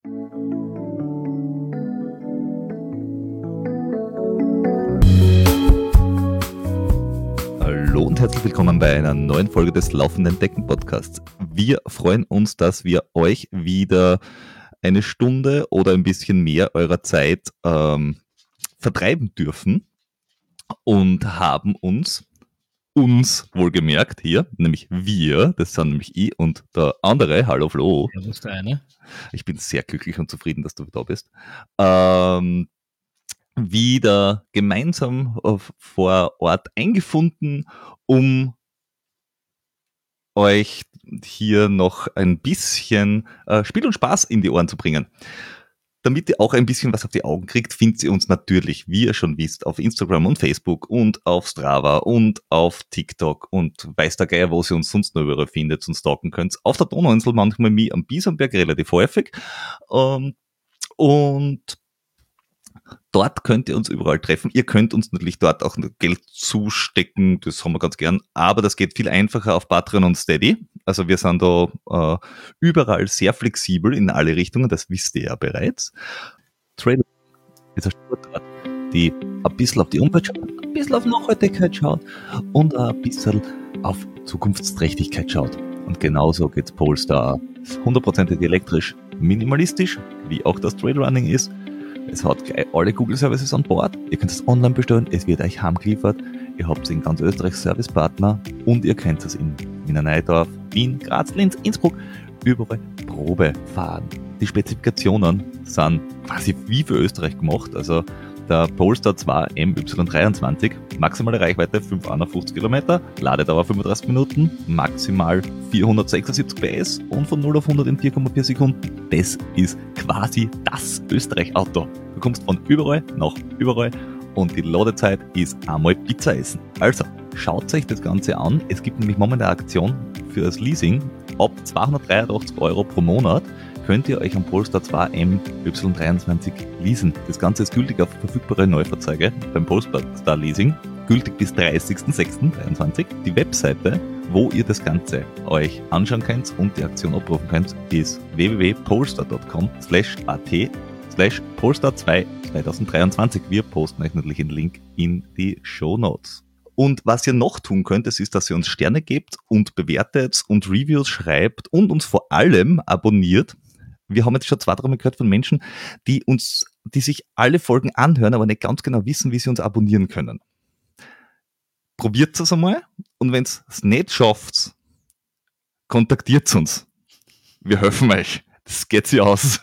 Hallo und herzlich willkommen bei einer neuen Folge des Laufenden Decken Podcasts. Wir freuen uns, dass wir euch wieder eine Stunde oder ein bisschen mehr eurer Zeit vertreiben dürfen und haben uns wohlgemerkt hier, nämlich wir, das sind nämlich ich und der andere, hallo Flo. Servus, der eine. Ich bin sehr glücklich und zufrieden, dass du da bist. Wieder gemeinsam vor Ort eingefunden, um euch hier noch ein bisschen Spiel und Spaß in die Ohren zu bringen. Damit ihr auch ein bisschen was auf die Augen kriegt, findet ihr uns natürlich, wie ihr schon wisst, auf Instagram und Facebook und auf Strava und auf TikTok und weiß der Geier, wo ihr uns sonst noch überall findet und stalken könnt. Auf der Donauinsel manchmal mich am Biesenberg relativ häufig. Und dort könnt ihr uns überall treffen. Ihr könnt uns natürlich dort auch Geld zustecken, das haben wir ganz gern, aber das geht viel einfacher auf Patreon und Steady. Also wir sind da überall sehr flexibel in alle Richtungen, das wisst ihr ja bereits. Trade ist eine Sportart, die ein bisschen auf die Umwelt schaut, ein bisschen auf Nachhaltigkeit schaut und ein bisschen auf Zukunftsträchtigkeit schaut. Und genauso geht's Polestar. 100% elektrisch, minimalistisch, wie auch das Trailrunning ist. Es hat gleich alle Google-Services an Bord. Ihr könnt es online bestellen, es wird euch heimgeliefert. Ihr habt es in ganz Österreich Servicepartner und ihr könnt es in Wiener Neudorf, Wien, Graz, Linz, Innsbruck überall Probe fahren. Die Spezifikationen sind quasi wie für Österreich gemacht. Also der Polestar 2 MY23, maximale Reichweite 551 Kilometer, Ladedauer 35 Minuten, maximal 476 PS und von 0 auf 100 in 4,4 Sekunden. Das ist quasi das Österreich-Auto. Du kommst von überall nach überall und die Ladezeit ist einmal Pizza essen. Also, schaut euch das Ganze an. Es gibt nämlich momentan eine Aktion für das Leasing. Ab 283 Euro pro Monat könnt ihr euch am Polestar 2 MY23 leasen. Das Ganze ist gültig auf verfügbare Neufahrzeuge beim Polestar Leasing, gültig bis 30.06.23. Die Webseite, wo ihr das Ganze euch anschauen könnt und die Aktion abrufen könnt, ist www.polestar.com/at/Polestar2 2023. Wir posten euch natürlich den Link in die Shownotes. Und was ihr noch tun könnt, ist, dass ihr uns Sterne gebt und bewertet und Reviews schreibt und uns vor allem abonniert. Wir haben jetzt schon 2-3 Mal gehört von Menschen, die sich alle Folgen anhören, aber nicht ganz genau wissen, wie sie uns abonnieren können. Probiert es einmal und wenn es nicht schafft, kontaktiert uns. Wir helfen euch. Das geht sich aus.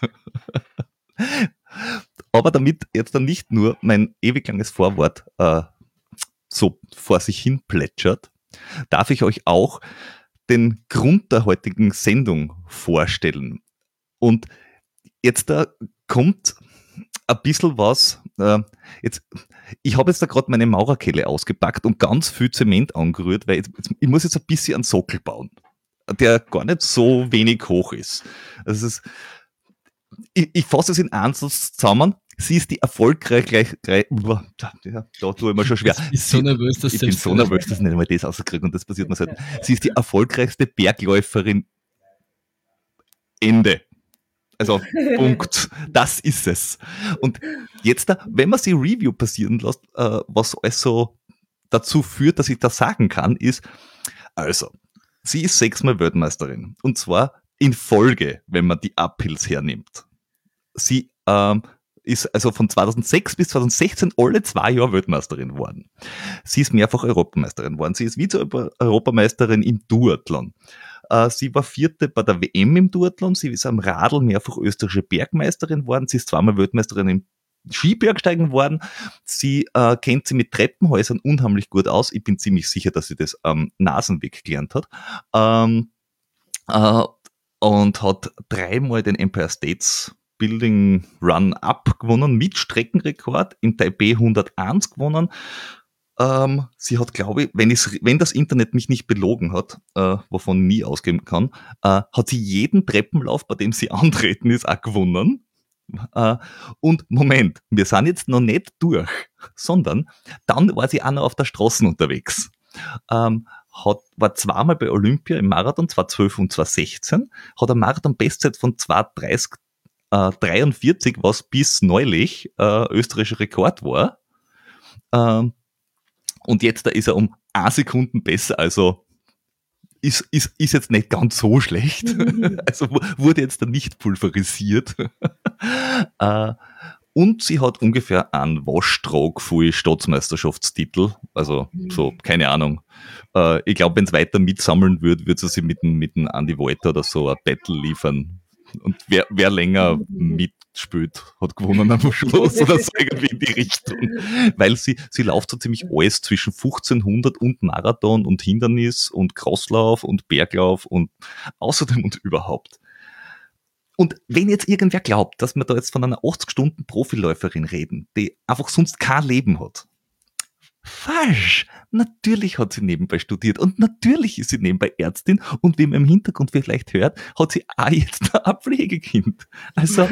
Aber damit jetzt dann nicht nur mein ewig langes Vorwort so vor sich hin plätschert, darf ich euch auch den Grund der heutigen Sendung vorstellen. Und jetzt da kommt ein bisschen was. Ich habe jetzt da gerade meine Maurerkelle ausgepackt und ganz viel Zement angerührt, weil ich muss jetzt ein bisschen einen Sockel bauen, der gar nicht so wenig hoch ist. Also ich fasse es in Einzels zusammen. Sie ist die erfolgreich da tue ich mir schon schwer. Ich bin so nervös, dass ich nicht einmal das rauskriege und das passiert mir selten. Sie ist die erfolgreichste Bergläuferin. Ende. Also, Punkt. Das ist es. Und jetzt, wenn man sie Review passieren lässt, was also dazu führt, dass ich das sagen kann, ist, also, sie ist 6-mal Weltmeisterin. Und zwar in Folge, wenn man die Uphills hernimmt. Sie ist also von 2006 bis 2016 alle 2 Jahre Weltmeisterin geworden. Sie ist mehrfach Europameisterin geworden. Sie ist Vize-Europameisterin im Duathlon. Sie war 4. bei der WM im Duathlon. Sie ist am Radl mehrfach österreichische Bergmeisterin geworden. Sie ist 2-mal Weltmeisterin im Skibergsteigen geworden. Sie kennt sie mit Treppenhäusern unheimlich gut aus. Ich bin ziemlich sicher, dass sie das am Nasenweg gelernt hat. Und hat 3-mal den Empire States Building Run Up gewonnen, mit Streckenrekord, in Taipei 101 gewonnen. Sie hat, glaube ich, wenn das Internet mich nicht belogen hat, wovon ich nie ausgehen kann, hat sie jeden Treppenlauf, bei dem sie antreten ist, auch gewonnen. Und Moment, wir sind jetzt noch nicht durch, sondern dann war sie auch noch auf der Straße unterwegs. War 2-mal bei Olympia im Marathon, 2012 und 2016, hat eine Marathon-Bestzeit von 2:30 43, was bis neulich österreichischer Rekord war. Und jetzt da ist er um 1 Sekunden besser, also ist jetzt nicht ganz so schlecht. Also wurde jetzt da nicht pulverisiert. Und sie hat ungefähr einen Waschtrag voll Staatsmeisterschaftstitel. Also so, keine Ahnung. Ich glaube, wenn es weiter mitsammeln würde, würde sie sich mit dem Andy Walter oder so ein Battle liefern. Und wer länger mitspielt, hat gewonnen am Schluss oder so irgendwie in die Richtung. Weil sie läuft so ziemlich alles zwischen 1500 und Marathon und Hindernis und Crosslauf und Berglauf und außerdem und überhaupt. Und wenn jetzt irgendwer glaubt, dass wir da jetzt von einer 80-Stunden-Profiläuferin reden, die einfach sonst kein Leben hat. Falsch! Natürlich hat sie nebenbei studiert und natürlich ist sie nebenbei Ärztin und wie man im Hintergrund vielleicht hört, hat sie auch jetzt ein Pflegekind. Also,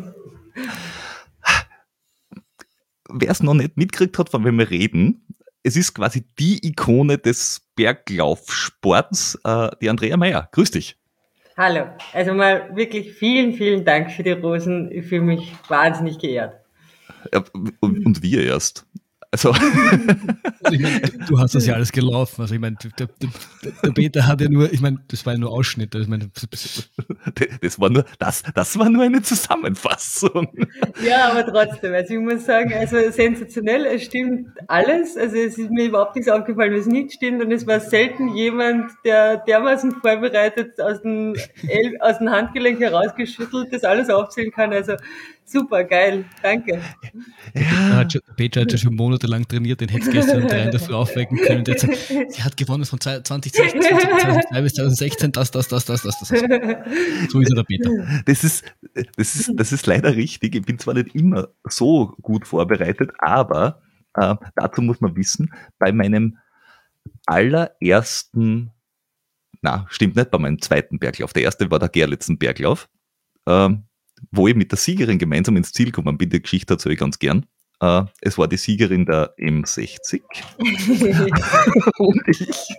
wer es noch nicht mitgekriegt hat, von wem wir reden, es ist quasi die Ikone des Berglaufsports, die Andrea Meyer. Grüß dich. Hallo, also mal wirklich vielen, vielen Dank für die Rosen. Ich fühle mich wahnsinnig geehrt. Ja, und wir erst. Also ich meine, du hast das ja alles gelaufen. Also ich meine, der Peter hat ja nur, ich meine, das war ja nur Ausschnitt. Ich meine, das war nur eine Zusammenfassung. Ja, aber trotzdem, also ich muss sagen, also sensationell, es stimmt alles. Also es ist mir überhaupt nichts aufgefallen, was nicht stimmt. Und es war selten jemand, der dermaßen vorbereitet aus dem Handgelenk herausgeschüttelt das alles aufzählen kann. Also super, geil, danke. Ja. Peter hat ja schon monatelang trainiert, den hätte es gestern um 3 in der Früh aufwecken können. Sie hat gewonnen von 2002 bis 2016, das. So ist er, der Peter. Das ist leider richtig. Ich bin zwar nicht immer so gut vorbereitet, aber dazu muss man wissen, bei meinem allerersten, stimmt nicht, bei meinem zweiten Berglauf, der erste war der Gerlitzen Berglauf, wo ich mit der Siegerin gemeinsam ins Ziel gekommen bin, die Geschichte erzähle ich ganz gern. Es war die Siegerin der M60 und ich.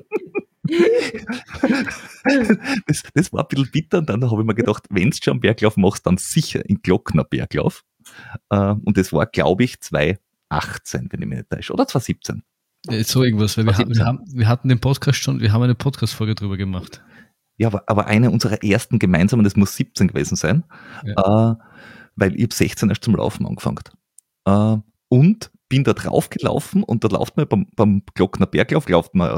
Das war ein bisschen bitter und dann habe ich mir gedacht, wenn du schon einen Berglauf machst, dann sicher in Glockner Berglauf. Und das war, glaube ich, 2018, wenn ich mich nicht täusche, oder 2017. So irgendwas, weil wir hatten den Podcast schon, wir haben eine Podcast-Folge drüber gemacht. Ja, aber eine unserer ersten gemeinsamen, das muss 17 gewesen sein, ja. Weil ich 16 erst zum Laufen angefangen. Und bin da drauf gelaufen und da läuft man beim Glockner Berglauf, läuft man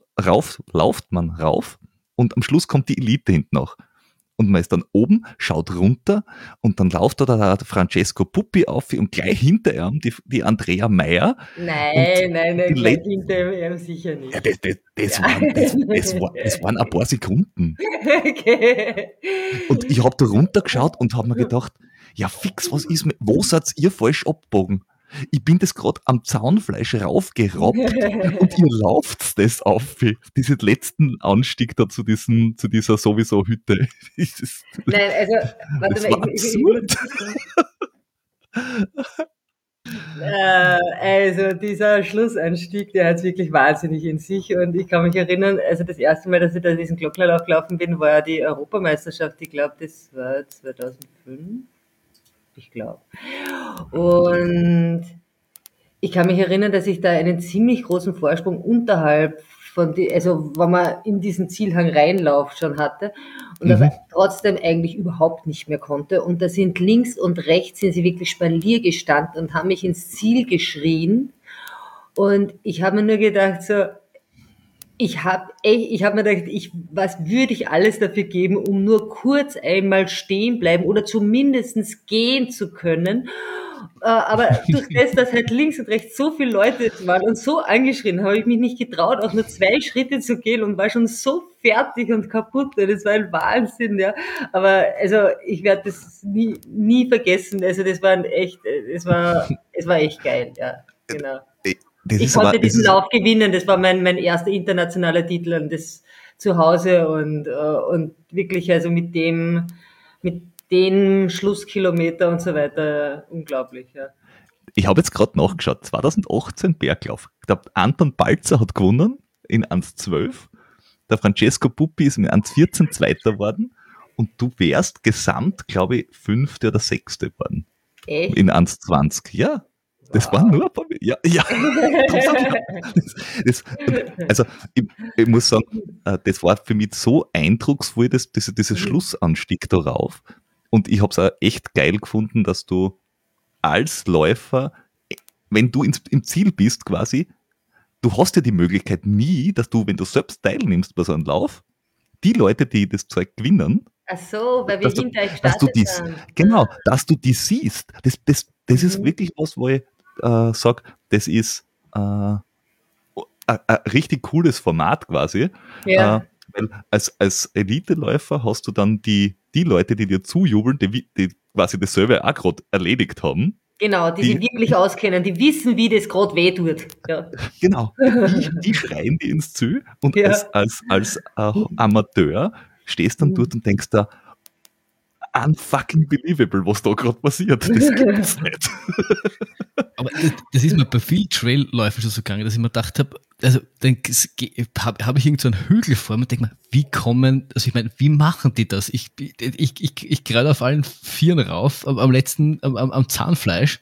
rauf und am Schluss kommt die Elite hinten noch. Und man ist dann oben, schaut runter und dann läuft da der Francesco Puppi auf und gleich hinter ihm die Andrea Meyer. Nein, hinter ihm sicher nicht. Ja, das waren ein paar Sekunden. Okay. Und ich habe da runtergeschaut und habe mir gedacht, ja fix, wo seid ihr falsch abgebogen? Ich bin das gerade am Zaunfleisch raufgerobbt und ihr lauft das auf, diesen letzten Anstieg da zu dieser sowieso Hütte. Nein, also, warte mal, absurd. Also dieser Schlussanstieg, der hat es wirklich wahnsinnig in sich und ich kann mich erinnern, also das erste Mal, dass ich da diesen Glocknerlauf gelaufen bin, war die Europameisterschaft, ich glaube, das war 2005. Ich glaube. Und ich kann mich erinnern, dass ich da einen ziemlich großen Vorsprung unterhalb also wenn man in diesen Zielhang reinläuft schon hatte und aber trotzdem eigentlich überhaupt nicht mehr konnte. Und da sind links und rechts sind sie wirklich Spalier gestanden und haben mich ins Ziel geschrien. Und ich habe mir nur gedacht, so, ich habe mir gedacht, was würde ich alles dafür geben, um nur kurz einmal stehen bleiben oder zumindest gehen zu können. Aber durch das, dass halt links und rechts so viele Leute waren und so angeschrien, habe ich mich nicht getraut, auch nur 2 Schritte zu gehen und war schon so fertig und kaputt. Das war ein Wahnsinn, ja. Aber also ich werde das nie vergessen. Also das war es war echt geil, ja, genau. Ich konnte diesen Lauf gewinnen, das war mein erster internationaler Titel und das zu Hause und wirklich also mit dem Schlusskilometer und so weiter unglaublich, ja. Ich habe jetzt gerade nachgeschaut, 2018 Berglauf. Ich glaube, Anton Balzer hat gewonnen in 1,12. Der Francesco Puppi ist mit 1,14 Zweiter geworden und du wärst gesamt, glaube ich, 5. oder 6. geworden. Echt? In 1,20. Ja. Das war nur ein paar. Ja, ja. Also, ich muss sagen, das war für mich so eindrucksvoll, dieser Schlussanstieg darauf. Und ich habe es auch echt geil gefunden, dass du als Läufer, wenn du im Ziel bist quasi, du hast ja die Möglichkeit nie, dass du, wenn du selbst teilnimmst bei so einem Lauf, die Leute, die das Zeug gewinnen, Ach so, weil wir hinter euch dass du gestartet sind. genau, dass du die siehst. Das ist Mhm. wirklich was, wo ich sage, das ist ein richtig cooles Format quasi. Ja. Weil als Elite-Läufer hast du dann die Leute, die dir zujubeln, die quasi dasselbe auch gerade erledigt haben. Genau, die sich wirklich auskennen, die wissen, wie das gerade weh tut. Ja. Genau, die schreien dir ins Ziel und Ja. als Amateur stehst dann dort und denkst da, unfucking believable, was da gerade passiert. Das gibt's nicht. Aber das ist mir bei vielen Trailläufen schon so gegangen, dass ich mir gedacht habe, also dann habe ich irgend so einen Hügel vor mir und denke mir, wie machen die das? Ich gerade auf allen Vieren rauf, am Zahnfleisch.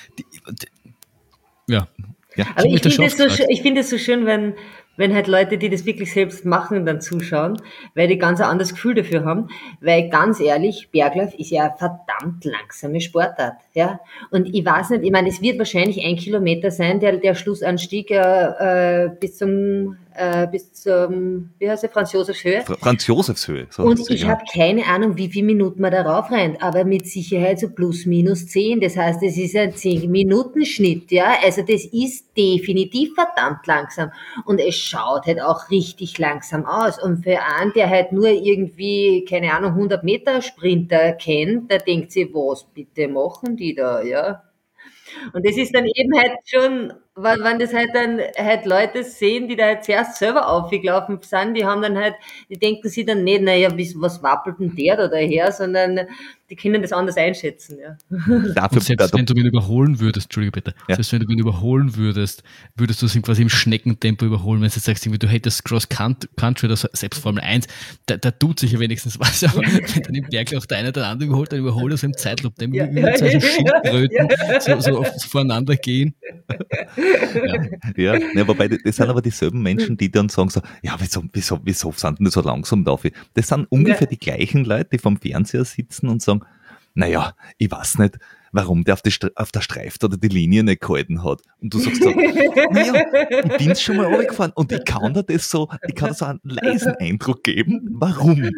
Ja. Aber ich finde es so schön, wenn halt Leute, die das wirklich selbst machen, dann zuschauen, weil die ganz ein anderes Gefühl dafür haben. Weil ganz ehrlich, Berglauf ist ja eine verdammt langsame Sportart. Ja? Und ich weiß nicht, ich meine, es wird wahrscheinlich 1 Kilometer sein, der Schlussanstieg bis zum, wie heißt der, Franz-Josefs-Höhe. Franz-Josefs-Höhe. So Und ich habe keine Ahnung, wie viele Minuten man da rauf rennt, aber mit Sicherheit so plus minus 10. Das heißt, es ist ein 10-Minuten-Schnitt, ja. Also das ist definitiv verdammt langsam. Und es schaut halt auch richtig langsam aus. Und für einen, der halt nur irgendwie, keine Ahnung, 100 Meter Sprinter kennt, der denkt sich, was bitte machen die da, ja. Und das ist dann eben halt schon, wenn das halt dann halt Leute sehen, die da halt zuerst selber aufgelaufen sind, die denken sich dann nicht, naja, was wappelt denn der da daher, sondern die können das anders einschätzen, ja. Und selbst wenn du ihn überholen würdest, Entschuldige bitte, selbst wenn du ihn überholen würdest du ihn quasi im Schneckentempo überholen, wenn du jetzt sagst, du hättest Cross Country oder selbst Formel 1, da tut sich ja wenigstens was, aber wenn dann im Berglauf der eine oder andere überholt, dann überholt er es im Zeitlupe, dann mit so Schildkröten so voreinander gehen. Ja, wobei, das sind aber dieselben Menschen, die dann sagen so, ja, wieso sind denn die so langsam da? Das sind ungefähr die gleichen Leute, die vom Fernseher sitzen und sagen, naja, ich weiß nicht, warum der auf der Streife oder die Linie nicht gehalten hat. Und du sagst so, naja, ich bin schon mal runtergefahren und ich kann da so einen leisen Eindruck geben. Warum?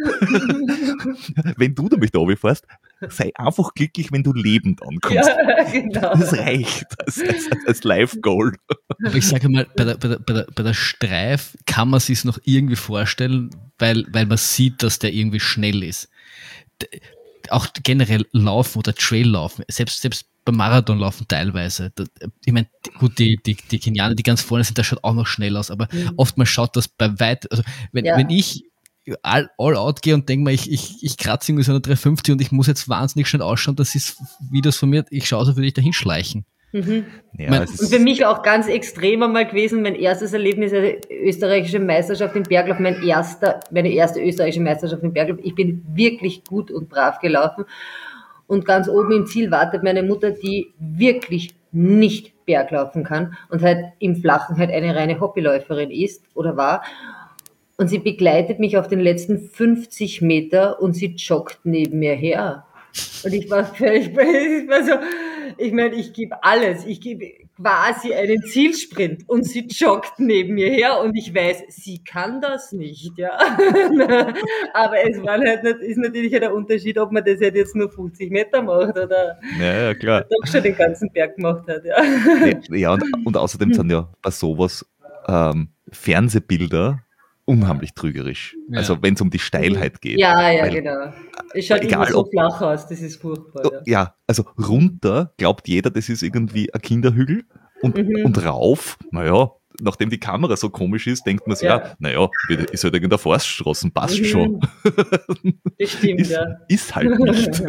Wenn du damit runterfährst, sei einfach glücklich, wenn du lebend ankommst. Ja, genau. Das reicht als Live-Goal. Aber ich sage mal, bei der Streif kann man sich noch irgendwie vorstellen, weil man sieht, dass der irgendwie schnell ist. Auch generell Laufen oder Traillaufen, selbst beim Marathonlaufen teilweise. Ich meine, gut, die Kenianer, die ganz vorne sind, das schaut auch noch schnell aus, aber oftmals schaut das bei weit, also wenn ich all out gehe und denke mal, ich kratze irgendwie so eine 350 und ich muss jetzt wahnsinnig schnell ausschauen, das ist Videos von mir, ich schaue so, würde ich dahin schleichen. Mhm. Ja, und für mich auch ganz extrem einmal gewesen, mein erstes Erlebnis, österreichische Meisterschaft im Berglauf, meine erste österreichische Meisterschaft im Berglauf. Ich bin wirklich gut und brav gelaufen und ganz oben im Ziel wartet meine Mutter, die wirklich nicht Berglaufen kann und halt im Flachen halt eine reine Hobbyläuferin ist oder war. Und sie begleitet mich auf den letzten 50 Meter und sie joggt neben mir her. Und ich war so, ich meine, ich gebe alles. Ich gebe quasi einen Zielsprint und sie joggt neben mir her und ich weiß, sie kann das nicht, ja. Aber es ist natürlich der Unterschied, ob man das halt jetzt nur 50 Meter macht oder ja, klar. doch schon den ganzen Berg gemacht hat, ja. Ja, und außerdem sind ja bei sowas Fernsehbilder unheimlich trügerisch. Ja. Also wenn es um die Steilheit geht. Ja, weil, genau. Es schaut immer so flach aus, das ist furchtbar. Ja, also runter glaubt jeder, das ist irgendwie ein Kinderhügel und rauf, naja, nachdem die Kamera so komisch ist, denkt man sich, naja, ist halt irgendeine Forststraße, passt schon. Das stimmt, ist halt nicht.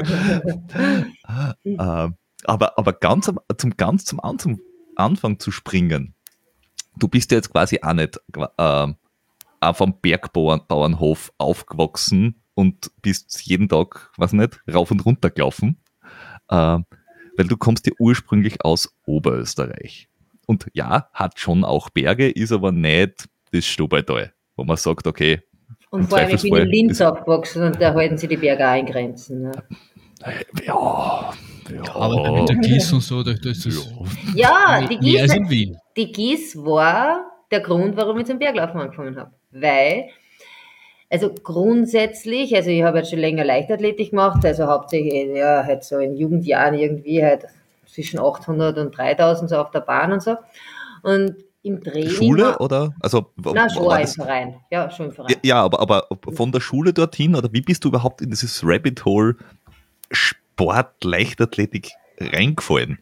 Aber ganz zum Anfang zu springen, du bist ja jetzt quasi auch nicht vom Bergbauernhof aufgewachsen und bist jeden Tag, weiß nicht, rauf und runter gelaufen, weil du kommst ja ursprünglich aus Oberösterreich. Und ja, hat schon auch Berge, ist aber nicht das Stobaital, wo man sagt, okay, Und im vor allem, ich bin in Zweifelsfall Linz ist, aufgewachsen und da halten sie die Berge auch in Grenzen. Ne? ja, Aber mit der Gieß und so, da ist das Ja, mehr als in Wien. die Gieß war der Grund, warum ich zum Berglaufen angefangen habe. Weil, also grundsätzlich, also ich habe jetzt schon länger Leichtathletik gemacht, also hauptsächlich, ja, halt so in Jugendjahren irgendwie halt zwischen 800 und 3000 so auf der Bahn und so. Und im Training. Schule oder? Also, Na, schon war im das, Verein. Ja, schon im Verein. ja, aber von der Schule dorthin oder wie bist du überhaupt in dieses Rabbit Hole Sport, Leichtathletik reingefallen?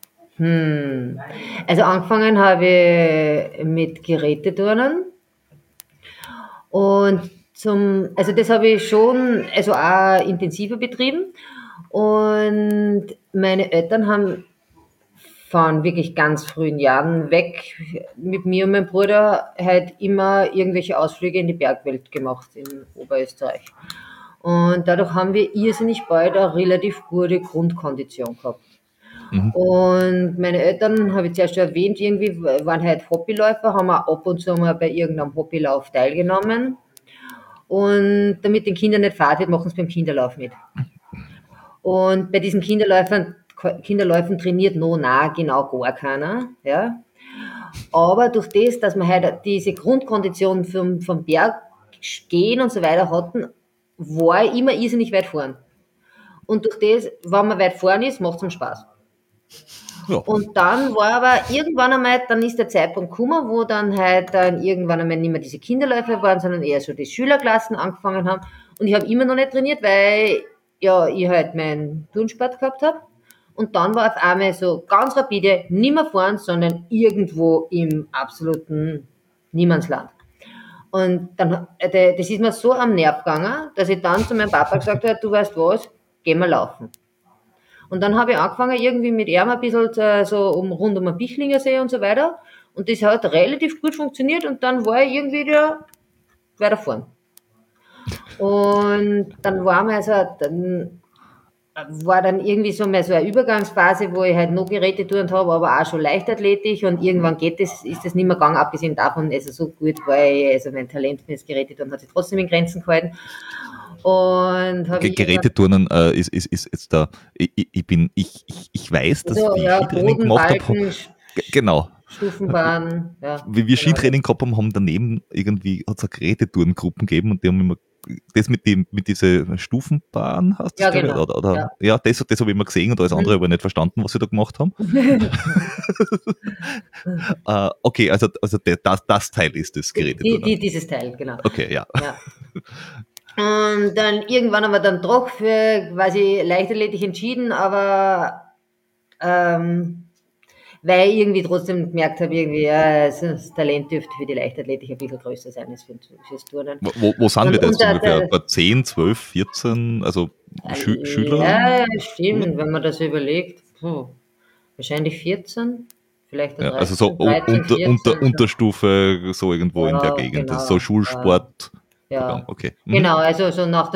Also angefangen habe ich mit Geräteturnen und also das habe ich schon, also auch intensiver betrieben und meine Eltern haben von wirklich ganz frühen Jahren weg mit mir und meinem Bruder halt immer irgendwelche Ausflüge in die Bergwelt gemacht in Oberösterreich. Und dadurch haben wir irrsinnig bald eine relativ gute Grundkondition gehabt. Und meine Eltern, habe ich zuerst schon erwähnt, irgendwie waren halt Hobbyläufer, haben auch ab und zu mal bei irgendeinem Hobbylauf teilgenommen. Und damit den Kindern nicht fad wird, machen sie beim Kinderlauf mit. Und bei diesen Kinderläufen trainiert noch genau gar keiner. Ja. Aber durch das, dass wir halt diese Grundkondition vom Berg gehen und so weiter hatten, war ich immer irrsinnig weit vorn. Und durch das, wenn man weit vorn ist, macht es ihm Spaß. Ja. Und dann war aber irgendwann einmal, dann ist der Zeitpunkt gekommen, wo dann halt dann irgendwann einmal nicht mehr diese Kinderläufe waren, sondern eher so die Schülerklassen angefangen haben. Und ich habe immer noch nicht trainiert, weil ja ich halt meinen Turnsport gehabt habe. Und dann war auf einmal so ganz rapide, nicht mehr fahren, sondern irgendwo im absoluten Niemandsland. Und dann, das ist mir so am Nerv gegangen, dass ich dann zu meinem Papa gesagt habe, du weißt was, geh mal laufen. Und dann habe ich angefangen, irgendwie mit ihm ein bisschen so rund um den Bichlinger See und so weiter. Und das hat relativ gut funktioniert und dann war ich irgendwie wieder weiter vorn. Und dann war dann irgendwie so mal so eine Übergangsphase, wo ich halt noch Geräteturnen habe, aber auch schon Leichtathletik und irgendwann ist das nicht mehr gegangen, abgesehen davon, also so gut war ich, also mein Talent für das Geräteturnen hat sich trotzdem in Grenzen gehalten. Und Geräteturnen ist jetzt da, ich weiß, dass so, ich ja, Skitraining gemacht habe. Genau. Stufenbahn, ja. Wie wir Skitraining gehabt haben daneben irgendwie, hat es eine Geräteturngruppen gegeben und die haben immer das mit dieser Stufenbahn hast du Ja, das, glaube ich, genau. oder ja, das habe ich immer gesehen und alles andere habe ich nicht verstanden, was sie da gemacht haben. Okay, also das Teil ist das Geräteturnen. Dieses Teil, genau. Okay, ja. Und dann irgendwann haben wir dann doch für quasi Leichtathletik entschieden, aber weil ich irgendwie trotzdem gemerkt habe, irgendwie, ja, das Talent dürfte für die Leichtathletik ein bisschen größer sein als fürs Turnen. Wo sind wir da jetzt ungefähr? Bei 10, 12, 14, also Schüler? Ja, stimmt, wenn man das überlegt. Wahrscheinlich 14, vielleicht 13, also so 13, 14, Unterstufe, so irgendwo in der Gegend. Genau, Das ist so Schulsport. Ja, okay. Genau, also so nach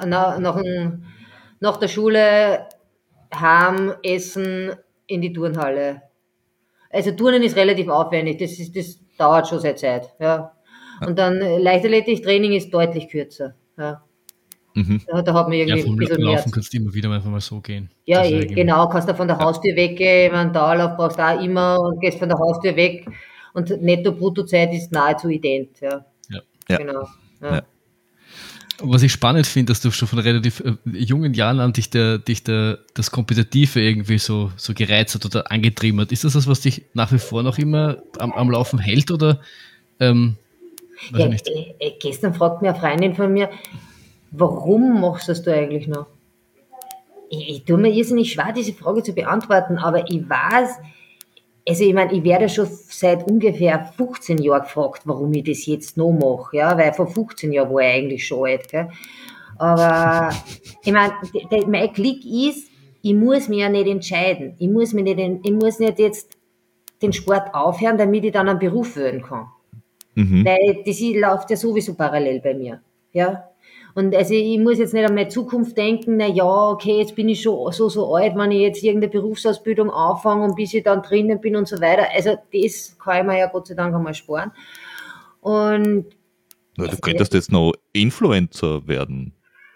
der Schule, heim, essen, in die Turnhalle. Also Turnen ist relativ aufwendig, das dauert schon seit Zeit, ja. Und dann Leichtathletik-Training ist deutlich kürzer, ja. Da hat man irgendwie vom ein bisschen mehr. Laufen kannst du immer wieder einfach mal so gehen. Ja, genau, kannst du von der Haustür weggehen, einen Dauerlauf brauchst du auch immer und gehst von der Haustür weg und Netto-Brutto-Zeit ist nahezu ident, ja. Genau. Ja. Was ich spannend finde, dass du schon von relativ jungen Jahren an dich das Kompetitive irgendwie so gereizt hat oder angetrieben hat. Ist das was dich nach wie vor noch immer am Laufen hält oder weiß ich nicht? Gestern fragt mir eine Freundin von mir, warum machst du das du eigentlich noch? Ich tue mir irrsinnig schwer, diese Frage zu beantworten, aber ich weiß, also ich meine, ich werde schon seit ungefähr 15 Jahren gefragt, warum ich das jetzt noch mache, ja, weil vor 15 Jahren war ich eigentlich schon alt, gell. Aber ich meine, mein Klick ist, ich muss mich ja nicht entscheiden. Ich muss nicht jetzt den Sport aufhören, damit ich dann einen Beruf wählen kann. Weil das läuft ja sowieso parallel bei mir, ja. Und also ich muss jetzt nicht an meine Zukunft denken, na ja, okay, jetzt bin ich schon so alt, wenn ich jetzt irgendeine Berufsausbildung anfange und bis ich dann drinnen bin und so weiter. Also das kann ich mir ja Gott sei Dank einmal sparen. Und Na, du könntest jetzt noch Influencer werden.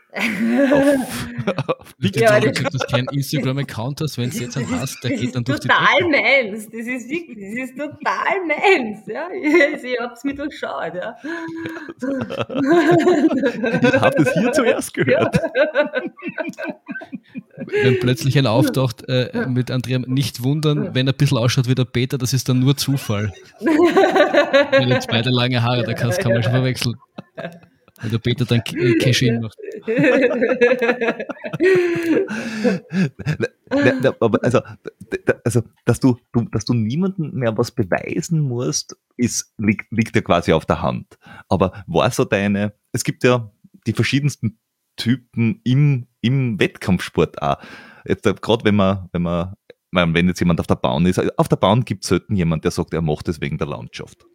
auf Nicht Ja, ja, das- dass du keinen Instagram-Account hast, wenn du jetzt einen hast, der das geht ist dann durch die total Decke. meins. Das ist wirklich, das ist total meins. Ja. Ich hab's mir durchschaut. Ja. Ihr habt es hier zuerst gehört. Wenn plötzlich einer auftaucht mit Andrea, nicht wundern, wenn er ein bisschen ausschaut wie der Peter, das ist dann nur Zufall. Wenn jetzt beide lange Haare, da kann man schon verwechseln. Wenn der Peter dann Cash-In macht. Aber dass du niemandem mehr was beweisen musst, liegt ja quasi auf der Hand. Aber war so es gibt ja die verschiedensten Typen im Wettkampfsport auch. Jetzt gerade wenn jetzt jemand auf der Bahn ist, auf der Bahn gibt es selten jemand, der sagt, er macht es wegen der Landschaft.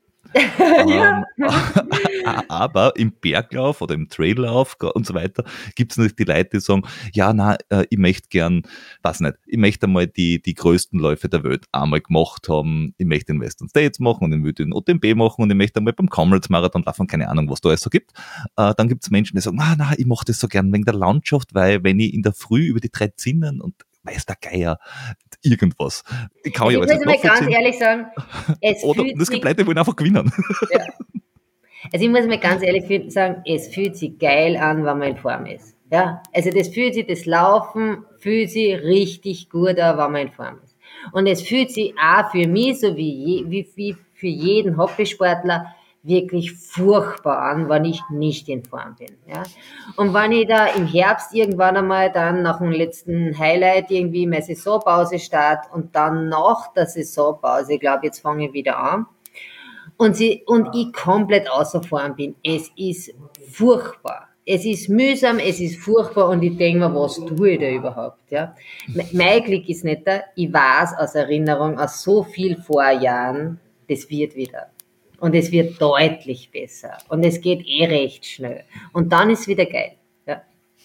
Aber im Berglauf oder im Traillauf und so weiter gibt es natürlich die Leute, die sagen, ja, ich möchte gern, ich möchte einmal die größten Läufe der Welt einmal gemacht haben, ich möchte den Western States machen und ich will den OTMB machen und ich möchte einmal beim Comrades Marathon laufen, keine Ahnung, was da alles so gibt. Dann gibt es Menschen, die sagen, ich mache das so gern wegen der Landschaft, weil wenn ich in der Früh über die 3 Zinnen und weiß der Geier, irgendwas. Ich kann Also ja ich alles muss nicht mal ganz nachvollziehen. ehrlich sagen, es Oder fühlt es gibt sich, Leute, die wollen einfach gewinnen. also ich muss mal ganz ehrlich sagen, es fühlt sich geil an, wenn man in Form ist. Ja, also das Laufen fühlt sich richtig gut an, wenn man in Form ist. Und es fühlt sich auch für mich, so wie für jeden Hobbysportler, wirklich furchtbar an, wenn ich nicht in Form bin. Ja? Und wenn ich da im Herbst irgendwann einmal dann nach dem letzten Highlight irgendwie meine Saisonpause starte und dann nach der Saisonpause, ich glaube, jetzt fange ich wieder an, und ich komplett außer Form bin. Es ist furchtbar. Es ist mühsam, es ist furchtbar und ich denke mir, was tue ich da überhaupt? Ja? Mein Glück ist nicht da, ich weiß aus Erinnerung, aus so viel Vorjahren, das wird wieder. Und es wird deutlich besser. Und es geht recht schnell. Und dann ist wieder geil. Ja.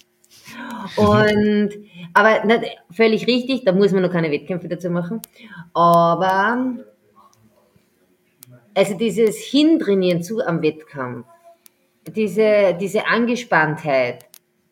Aber völlig richtig, da muss man noch keine Wettkämpfe dazu machen. Aber also dieses Hintrainieren zu am Wettkampf, diese Angespanntheit,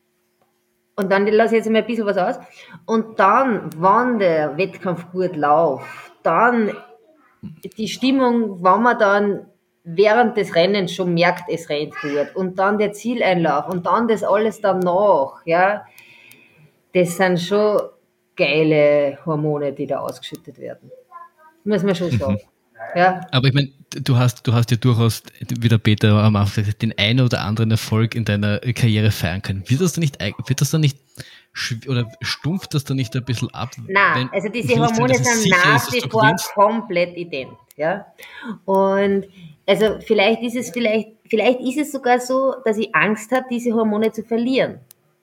und dann lasse ich jetzt mal ein bisschen was aus, und dann, wenn der Wettkampf gut läuft, dann die Stimmung, wenn man dann während des Rennens schon merkt, es rennt gut, und dann der Zieleinlauf, und dann das alles danach, ja, das sind schon geile Hormone, die da ausgeschüttet werden. Muss man schon sagen. Ja. Aber ich meine, du hast ja durchaus, wie der Peter am Anfang gesagt, den einen oder anderen Erfolg in deiner Karriere feiern können. Wird das dann nicht oder stumpft das dann nicht ein bisschen ab? Nein, also diese Hormone sind nach wie vor komplett ident. Ja? Und also vielleicht ist es sogar so, dass ich Angst habe, diese Hormone zu verlieren.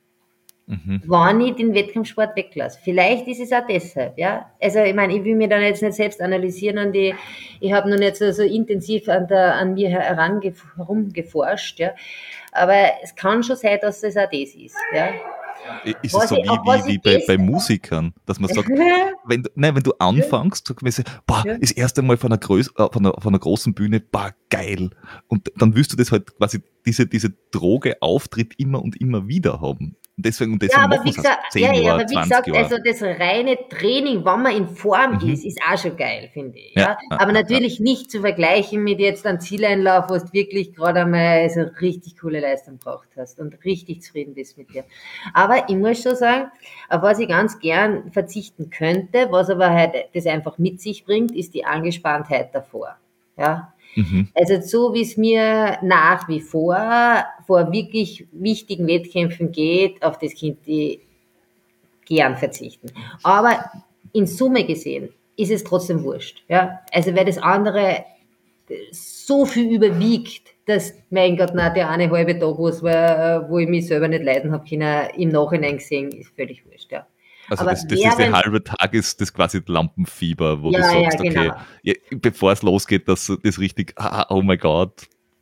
Wenn ich den Wettkampfsport weglasse. Vielleicht ist es auch deshalb, ja. Also, ich meine, ich will mir dann jetzt nicht selbst analysieren und ich habe noch nicht so intensiv an mir herumgeforscht, ja. Aber es kann schon sein, dass das auch das ist, ja. Ist es so wie bei Musikern, dass man sagt, wenn du anfängst, sagt man sich, das erste Mal von einer großen Bühne, geil. Und dann willst du das halt quasi, diese Droge Auftritt immer und immer wieder haben. Deswegen machen wir es 10 Jahre, aber wie 20 gesagt, Jahre. also das reine Training, wenn man in Form ist auch schon geil, finde ich. Ja? Aber natürlich nicht zu vergleichen mit jetzt einem Zieleinlauf, wo du wirklich gerade einmal so richtig coole Leistung gebracht hast und richtig zufrieden bist mit dir. Aber ich muss schon sagen, auf was ich ganz gern verzichten könnte, was aber halt das einfach mit sich bringt, ist die Angespanntheit davor. Ja? Also so wie es mir nach wie vor wirklich wichtigen Wettkämpfen geht, auf das Kind ich gern verzichten. Aber in Summe gesehen ist es trotzdem wurscht. Ja? Also weil das andere so viel überwiegt, dass, mein Gott, der eine halbe Tag, wo ich mich selber nicht leiden habe können, im Nachhinein gesehen, ist völlig wurscht. Ja. Also das ist der halbe Tag, ist das quasi Lampenfieber, wo du sagst, genau. okay, bevor es losgeht, dass das richtig, oh mein Gott,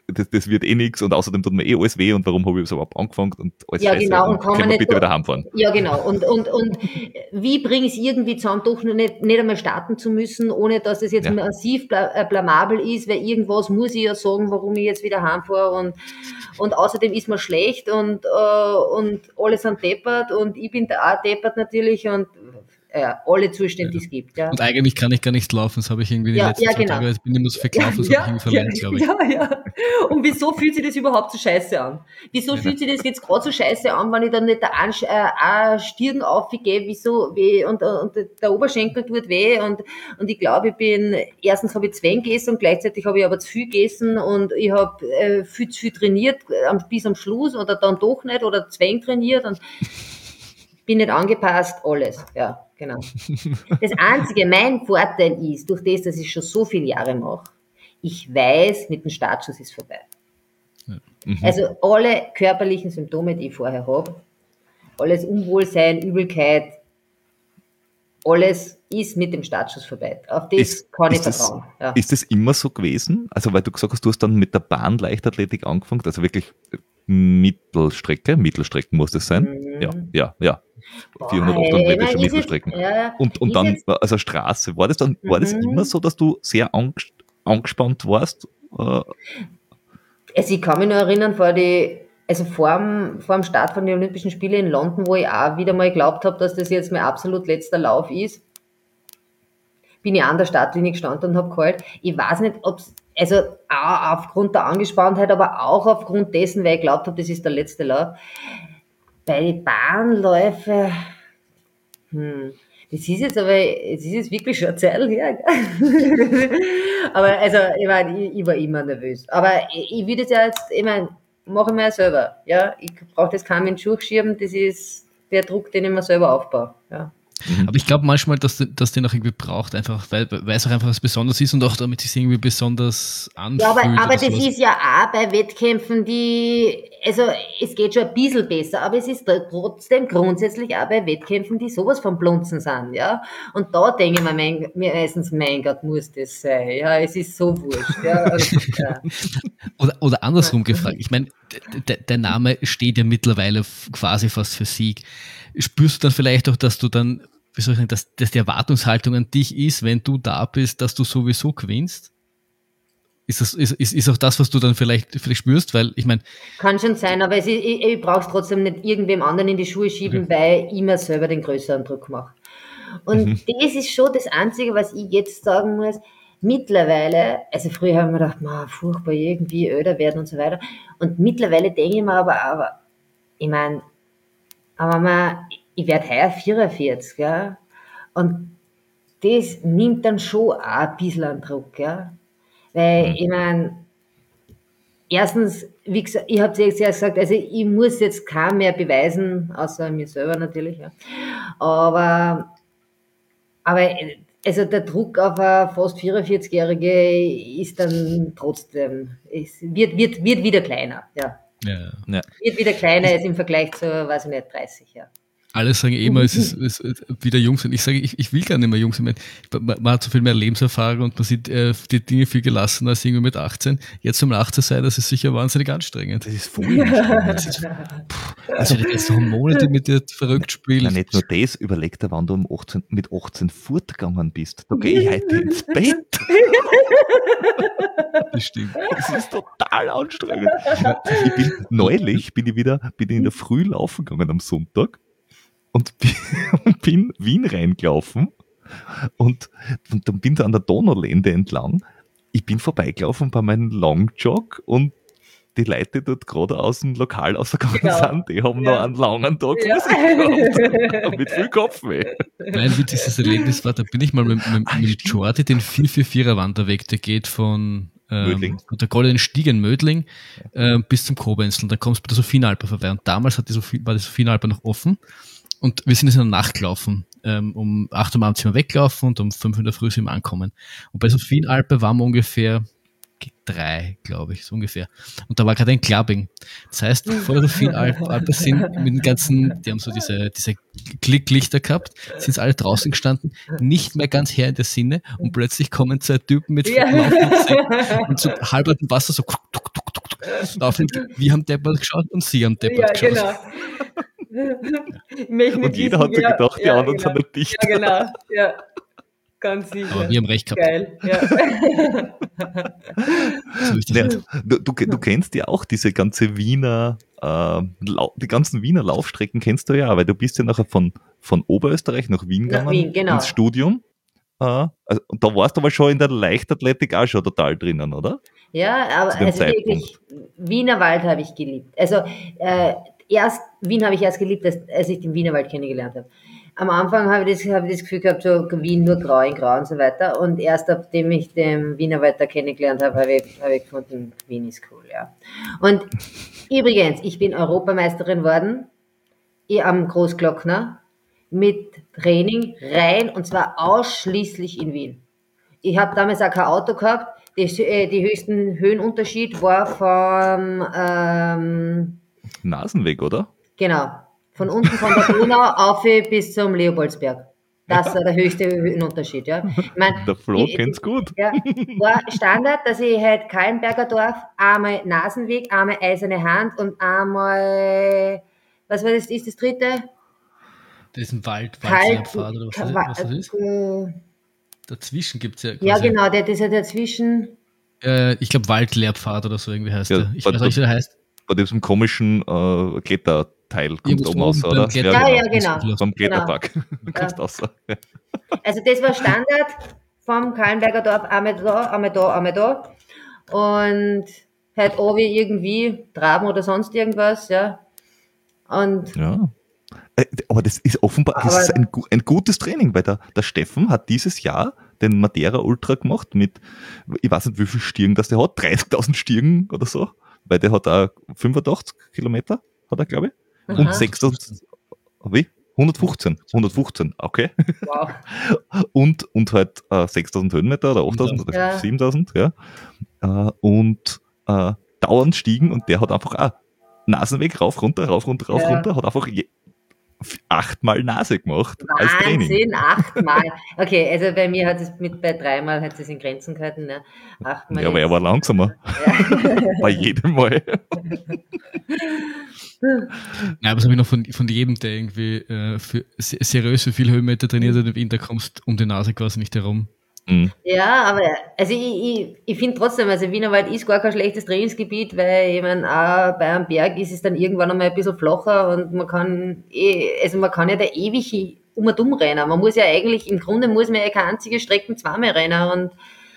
das wird eh nichts und außerdem tut mir eh alles weh und warum habe ich es überhaupt angefangen und alles Ja, scheiße genau, und können wir bitte wieder heimfahren. Ja, genau. Und wie bringe ich es irgendwie zusammen, doch nicht einmal starten zu müssen, ohne dass es jetzt massiv blamabel ist, weil irgendwas muss ich ja sagen, warum ich jetzt wieder heimfahre und außerdem ist mir schlecht und alle sind deppert und ich bin da auch deppert natürlich und alle Zustände, die es gibt. Ja. Und eigentlich kann ich gar nicht laufen, das habe ich irgendwie die letzten 2 Tage, ich bin immer so verkauft, das habe ich irgendwie verlernt, glaube ich. Ja. Und wieso fühlt sich das überhaupt so scheiße an? Wieso fühlt sich das jetzt gerade so scheiße an, wenn ich dann nicht der Stirn aufgehe, und der Oberschenkel tut weh und ich glaube, erstens habe ich zu wenig gegessen und gleichzeitig habe ich aber zu viel gegessen und ich habe viel zu viel trainiert bis am Schluss oder dann doch nicht oder zu wenig trainiert und bin nicht angepasst, alles, ja, genau. Das Einzige, mein Vorteil ist, durch das, dass ich schon so viele Jahre mache, ich weiß, mit dem Startschuss ist vorbei. Ja. Also alle körperlichen Symptome, die ich vorher habe, alles Unwohlsein, Übelkeit, alles ist mit dem Startschuss vorbei. Auf das kann ich vertrauen. Ja. Ist das immer so gewesen? Also weil du gesagt hast, du hast dann mit der Bahnleichtathletik angefangen, also wirklich Mittelstrecken muss das sein? Mhm. Ja. 400 athletische Mittelstrecken. Und dann, also Straße, war das immer so, dass du sehr angespannt warst? Also ich kann mich noch erinnern, vor dem Start von den Olympischen Spielen in London, wo ich auch wieder mal geglaubt habe, dass das jetzt mein absolut letzter Lauf ist, bin ich an der Startlinie gestanden und habe geheult. Ich weiß nicht, ob es, also auch aufgrund der Angespanntheit, aber auch aufgrund dessen, weil ich geglaubt habe, das ist der letzte Lauf. Bei den Bahnläufen, es ist jetzt wirklich schon eine Zeit her. Aber also, ich war immer nervös. Aber ich will das ja jetzt, mache ich mir ja selber. Ja? Ich brauche das keinem in den Schuh schieben, das ist der Druck, den ich mir selber aufbaue. Ja. Aber ich glaube manchmal, dass den auch irgendwie braucht, einfach, weil es auch einfach was Besonderes ist und auch damit es irgendwie besonders anfühlt. Ja, aber das ist ja auch bei Wettkämpfen, also es geht schon ein bisschen besser, aber es ist trotzdem grundsätzlich auch bei Wettkämpfen, die sowas von Blunzen sind, ja. Und da denke ich mir meistens, mein Gott, muss das sein, ja, es ist so wurscht, ja. Oder andersrum gefragt, ich meine, der Name steht ja mittlerweile quasi fast für Sieg. Spürst du dann vielleicht auch, dass du dann, wie soll ich sagen, dass die Erwartungshaltung an dich ist, wenn du da bist, dass du sowieso gewinnst? Ist auch das, was du dann vielleicht spürst? Weil, ich meine... Kann schon sein, aber ich brauche es trotzdem nicht irgendwem anderen in die Schuhe schieben, weil ich mir selber den größeren Druck mache. Und das ist schon das Einzige, was ich jetzt sagen muss. Mittlerweile, also früher haben wir gedacht, furchtbar, irgendwie öder werden und so weiter. Und mittlerweile denke ich mir aber ich meine, ich werde heuer 44, ja. Und das nimmt dann schon auch ein bisschen an Druck, ja. Weil, ich meine, erstens, wie gesagt, ich habe es ja gesagt, also ich muss jetzt keinem mehr beweisen, außer mir selber natürlich, ja. Aber also der Druck auf eine fast 44-Jährige ist dann trotzdem, es wird wieder kleiner, ja. Ja. Wird wieder kleiner als im Vergleich zu, weiß ich nicht, 30, ja. Alle sagen immer, es ist wieder jung sein. Ich sage, ich will gar nicht mehr jung sein. Man hat so viel mehr Lebenserfahrung und man sieht die Dinge viel gelassener als irgendwie mit 18. Jetzt um 18 sein, das ist sicher wahnsinnig anstrengend. Das ist voll anstrengend. Also die ganzen Hormone, die mit dir verrückt spielen. Ja, nicht nur das, überleg dir, wann du mit 18 fortgegangen bist. Da gehe ich heute ins Bett. Das stimmt. Das ist total anstrengend. Neulich bin ich in der Früh laufen gegangen am Sonntag und bin Wien reingelaufen und dann bin da an der Donaulände entlang. Ich bin vorbeigelaufen bei meinem Longjog und die Leute, die dort gerade aus dem Lokal rausgegangen sind, die haben noch einen langen Tag vor sich gehabt. Mit viel Kopfweh. Mein witziges Erlebnis war, da bin ich mal mit Jordi den 444er Wanderweg, der geht von der Goldenen Stiege in Mödling bis zum Kobenzl. Da kommst du bei der Sophienalpe vorbei. Und damals war die Sophienalpe noch offen. Und wir sind jetzt in der Nacht gelaufen. Um 8 Uhr abends sind wir weggelaufen und um 5 Uhr in der Früh sind wir angekommen. Und bei Sophienalpe waren wir ungefähr 3, glaube ich, so ungefähr. Und da war gerade ein Clubbing. Das heißt, vor der Sophienalpe sind mit den ganzen, die haben so diese Klicklichter gehabt, sind sie alle draußen gestanden, nicht mehr ganz her in der Sinne und plötzlich kommen 2 Typen mit und so halbertem Wasser so Laufend, wir haben deppert geschaut und sie haben deppert Ja, geschaut. genau. Ich möchte nicht Und jeder wissen, hat sich wer- gedacht, die ja, anderen genau. sind nicht dicht. Ja, genau. Ja, ganz sicher. Aber wir haben recht gehabt. Geil. Ja. So ist das Ja, halt. du kennst ja auch diese ganze Wiener, die ganzen Wiener Laufstrecken kennst du ja, weil du bist ja nachher von Oberösterreich nach Wien Nach gegangen, Wien, genau. ins Studium. Also, und da warst du aber schon in der Leichtathletik auch schon total drinnen, oder? Ja, aber Zu dem also wirklich, Wienerwald habe ich geliebt. Also Wien habe ich erst geliebt, als ich den Wienerwald kennengelernt habe. Am Anfang habe ich das Gefühl gehabt, so Wien nur grau in grau und so weiter. Und erst nachdem ich den Wienerwald da kennengelernt habe, habe ich gefunden, Wien ist cool, ja. Und übrigens, ich bin Europameisterin worden am Großglockner mit Training rein und zwar ausschließlich in Wien. Ich habe damals auch kein Auto gehabt. Die höchsten Höhenunterschied war Nasenweg, oder? genau, von unten von der Donau auf bis zum Leopoldsberg. Das war der höchste Höhenunterschied, ja. Ich mein, Der Flo kennt's gut. Ja, war Standard, dass ich halt Kallenberger Dorf, einmal Nasenweg, einmal Eiserne Hand und einmal, was war das, ist das dritte? Das ist ein Waldlehrpfad oder was das ist. Dazwischen gibt es ja quasi. Ja, genau, das ist ja dazwischen. Ich glaube Waldlehrpfad oder so irgendwie heißt Ja, der. Ich weiß nicht, wie der heißt. Bei diesem komischen Kletterteil kommt Irgendwo oben raus, beim oder? Kletter- Ja, genau. Vom Kletterpark. Du kannst raus. Ja. Also das war Standard vom Kallenberger Dorf, einmal da, einmal da, einmal da. Und halt oben irgendwie Traben oder sonst irgendwas, ja. Und Ja. Aber das ist offenbar das ist ein gutes Training, weil der Steffen hat dieses Jahr den Madeira Ultra gemacht mit, ich weiß nicht, wie viel Stiegen das der hat, 30.000 Stiegen oder so, weil der hat auch 85 Kilometer, hat er, glaube ich, und 6.000, wie? 115, okay. wow. Und halt 6.000 Höhenmeter oder 8.000 oder Ja. 7.000, ja. Und dauernd Stiegen und der hat einfach auch Nasenweg rauf, runter, hat einfach 8-mal Nase gemacht als Training. Wahnsinn, 8-mal. Okay, also bei mir hat es bei 3-mal hat es in Grenzen gehalten, ne? 8-mal. Ja, aber er war langsamer. Bei jedem Mal. Ja, aber das habe ich noch von jedem, der irgendwie seriös für viel Höhenmeter trainiert hat, im Winter kommst um die Nase quasi nicht herum. Mhm. Ja, aber also ich finde trotzdem, also Wienerwald ist gar kein schlechtes Trainingsgebiet, weil ich meine, auch bei einem Berg ist es dann irgendwann einmal ein bisschen flacher und man kann ja da ewig um und um rennen. Man muss ja eigentlich, im Grunde muss man ja keine einzige Strecken zweimal rennen und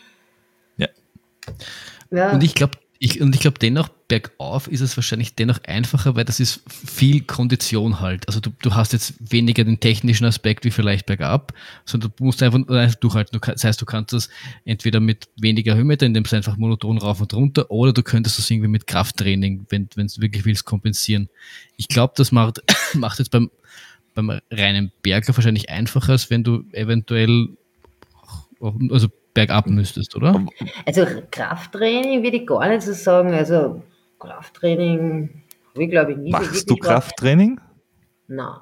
ja. Und ich glaube, dennoch bergauf ist es wahrscheinlich dennoch einfacher, weil das ist viel Kondition halt. Also du hast jetzt weniger den technischen Aspekt wie vielleicht bergab, sondern du musst einfach durchhalten. Das heißt, du kannst das entweder mit weniger Höhenmeter, indem es einfach monoton rauf und runter, oder du könntest das irgendwie mit Krafttraining, wenn du wirklich willst, kompensieren. Ich glaube, das macht jetzt beim reinen Berglauf wahrscheinlich einfacher, als wenn du eventuell also bergab müsstest, oder? Also Krafttraining würde ich gar nicht so sagen. Also Krafttraining habe ich glaube ich nie so Machst wirklich du Krafttraining? Nein.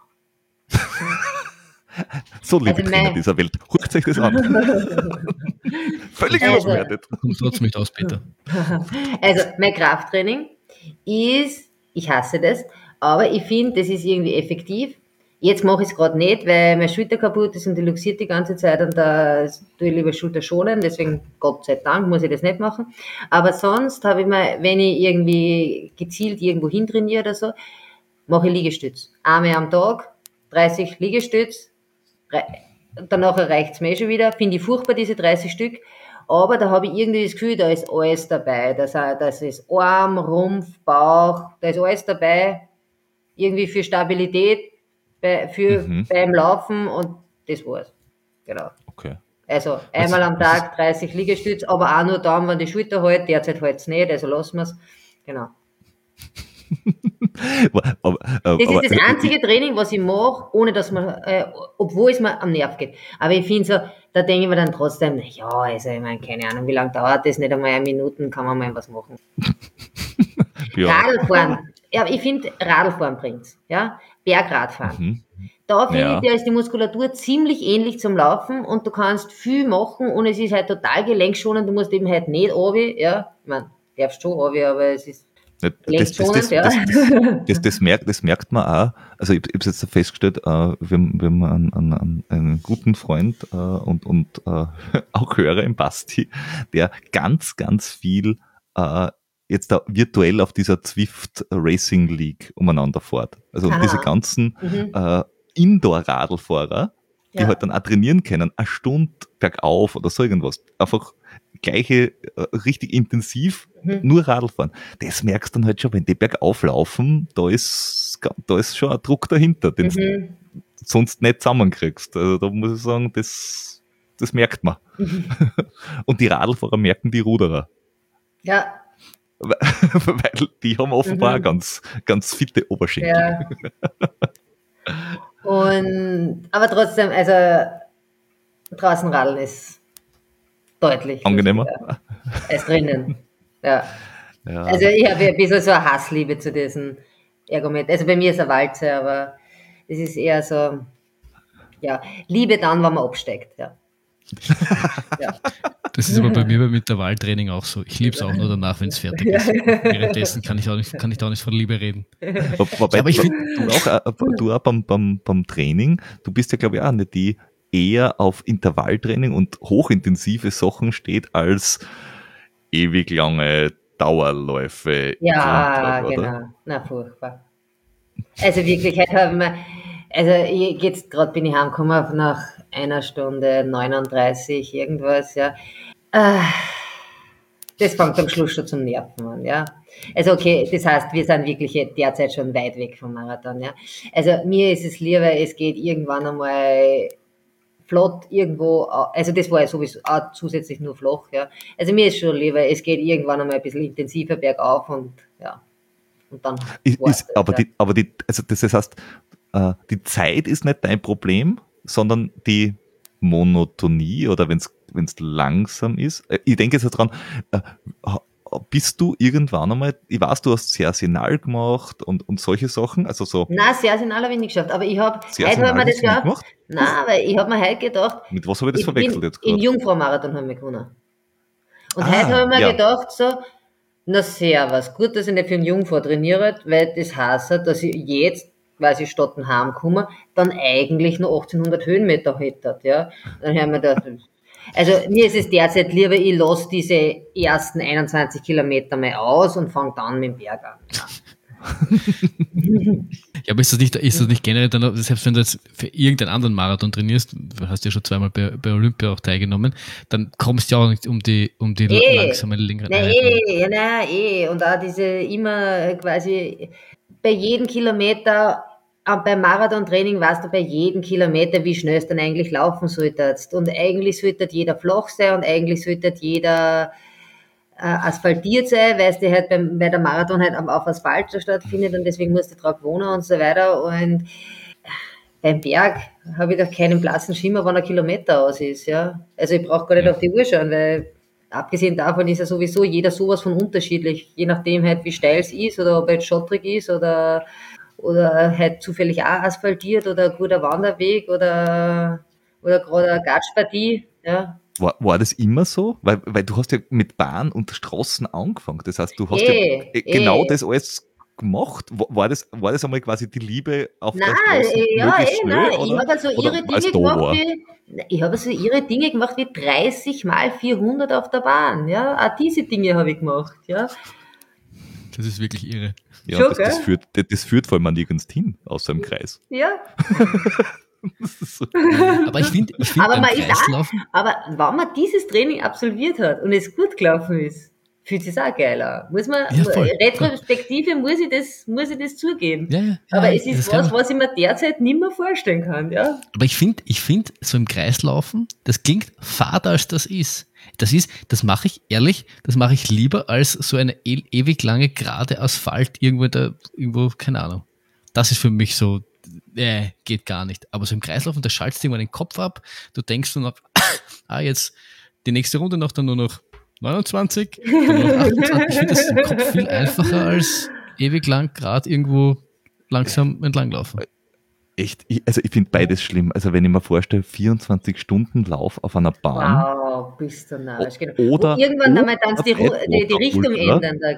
So, liebe Also Trainer dieser Welt, hört euch das an. Völlig Also- überbewertet. Kommt trotzdem nicht aus, Peter. Also mein Krafttraining ist, ich hasse das, aber ich finde, das ist irgendwie effektiv. Jetzt mache ich es gerade nicht, weil meine Schulter kaputt ist und die luxiert die ganze Zeit und da tue ich lieber Schulter schonen, deswegen Gott sei Dank muss ich das nicht machen. Aber sonst habe ich mir, wenn ich irgendwie gezielt irgendwo hin trainiere oder so, mache ich Liegestütz. Einmal am Tag, 30 Liegestütz, danach reicht es mir schon wieder, finde ich furchtbar, diese 30 Stück. Aber da habe ich irgendwie das Gefühl, da ist alles dabei. Das ist Arm, Rumpf, Bauch, da ist alles dabei. Irgendwie für Stabilität, beim Laufen und das war's. Genau. Okay. Also einmal am Tag 30 Liegestütz, aber auch nur dann, wenn die Schulter hält. Derzeit hält es nicht, also lassen wir es. Genau. Das ist das einzige Training, was ich mache, ohne dass man, obwohl es mir am Nerv geht. Aber ich finde so, da denke ich mir dann trotzdem, ja, also ich meine, keine Ahnung, wie lange dauert das, nicht einmal 1 Minuten, kann man mal was machen. Ja. Radlfahren, ja, ich finde, Radlfahren bringt's, ja, Bergradfahren. Da finde ich, da ist die Muskulatur ziemlich ähnlich zum Laufen und du kannst viel machen und es ist halt total gelenkschonend, du musst eben halt nicht runter, ja, ich meine, darfst schon runter, aber es ist Lebensschonend, ja. Das merkt man auch. Also ich habe es jetzt festgestellt, wir haben einen guten Freund und auch Hörer im Basti, der ganz, ganz viel jetzt da virtuell auf dieser Zwift Racing League umeinander fährt. Also diese ganzen Indoor-Radlfahrer, die halt dann auch trainieren können, eine Stunde bergauf oder so irgendwas. Einfach gleiche, richtig intensiv, nur Radl fahren. Das merkst du dann halt schon, wenn die bergauf laufen, da ist schon ein Druck dahinter, den du sonst nicht zusammenkriegst. Also da muss ich sagen, das merkt man. Und die Radlfahrer merken die Ruderer. Ja. Weil die haben offenbar ganz, ganz fitte Oberschenkel. Ja. Aber trotzdem, also draußen radeln ist deutlich angenehmer als drinnen. Ja. Also ich habe ein bisschen so eine Hassliebe zu diesen Ergometern. Also bei mir ist ein Walze, aber es ist eher so, ja, Liebe dann, wenn man absteigt. Ja. Das ist aber bei mir beim Intervalltraining auch so. Ich liebe es auch nur danach, wenn es fertig ist. Währenddessen kann ich da auch nicht von Liebe reden. Wobei aber du auch beim Training, du bist ja, glaube ich, auch nicht die eher auf Intervalltraining und hochintensive Sachen steht als ewig lange Dauerläufe. Ja, genau. Na, furchtbar. Also wirklich, heute haben wir, jetzt gerade bin ich heimgekommen nach 1 Stunde 39 irgendwas, ja. Das fängt am Schluss schon zum Nerven an, ja. Also okay, das heißt, wir sind wirklich derzeit schon weit weg vom Marathon, ja. Also mir ist es lieber, es geht irgendwann einmal flott irgendwo, also das war ja sowieso auch zusätzlich nur flach, ja. Also mir ist schon lieber, es geht irgendwann einmal ein bisschen intensiver bergauf und ja. Und dann also das heißt, die Zeit ist nicht dein Problem, sondern die Monotonie oder wenn es langsam ist. Ich denke jetzt dran, bist du irgendwann einmal, ich weiß, du hast Cercinal gemacht und solche Sachen, also so. Nein, Cercinal habe ich nicht geschafft, aber ich habe, heute habe mir das gedacht, nein, aber ich habe mir heute gedacht, mit was habe ich das verwechselt jetzt gerade? In Jungfrau-Marathon haben wir gewonnen. Und heute habe ich mir gedacht so, na servus, gut, dass ich nicht für einen Jungfrau trainiere, weil das heißt, dass ich jetzt quasi statt dem Heimkommen dann eigentlich noch 1800 Höhenmeter hätte, ja. Dann haben wir gedacht, also mir ist es derzeit lieber, ich lasse diese ersten 21 Kilometer mal aus und fange dann mit dem Berg an. Ja, aber ist das nicht generell dann, selbst wenn du jetzt für irgendeinen anderen Marathon trainierst, du hast ja schon zweimal bei Olympia auch teilgenommen, dann kommst du ja auch nicht um die langsamen längeren Einheiten. Und auch diese immer quasi bei jedem Kilometer, beim Marathontraining weißt du bei jedem Kilometer, wie schnell es dann eigentlich laufen solltest. Und eigentlich sollte jeder flach sein und eigentlich sollte jeder asphaltiert sein, weil es halt bei der Marathon halt auf Asphalt stattfindet und deswegen musst du drauf wohnen und so weiter. Und beim Berg habe ich doch keinen blassen Schimmer, wann ein Kilometer aus ist. Ja? Also ich brauche gar nicht auf die Uhr schauen, weil abgesehen davon ist ja sowieso jeder sowas von unterschiedlich, je nachdem halt wie steil es ist oder ob es schottrig ist oder halt zufällig auch asphaltiert oder ein guter Wanderweg oder gerade eine Gatschpartie, ja. War das immer so? Weil du hast ja mit Bahn und Straßen angefangen. Das heißt, du hast genau das alles gemacht. War das einmal quasi die Liebe auf der Straße? Nein. Ich habe also ihre Dinge gemacht wie 30 mal 400 auf der Bahn. Ja, auch diese Dinge habe ich gemacht. Ja. Das ist wirklich irre. Ja, schon, das führt vor allem nirgends hin, außer im Kreis. Ja. Aber ich finde aber wenn man dieses Training absolviert hat und es gut gelaufen ist, fühlt es sich auch geil an. Retrospektive muss ich das zugeben. Ja, aber es ist was ich mir derzeit nicht mehr vorstellen kann. Ja. Aber ich finde, so im Kreislaufen, das klingt fader als das ist. Das mache ich ehrlich, lieber als so eine ewig lange gerade Asphalt irgendwo, keine Ahnung. Das ist für mich so, geht gar nicht. Aber so im Kreislaufen, da schaltest du irgendwann den Kopf ab, du denkst nur noch, jetzt die nächste Runde noch dann nur noch 29, dann nur noch 28. Ich finde das im Kopf viel einfacher als ewig lang gerade irgendwo langsam entlanglaufen. Echt? Ich finde beides schlimm. Also wenn ich mir vorstelle, 24 Stunden Lauf auf einer Bahn. Wow, bist du narrisch. Genau. Oder irgendwann einmal dann die Richtung ändern da, gell?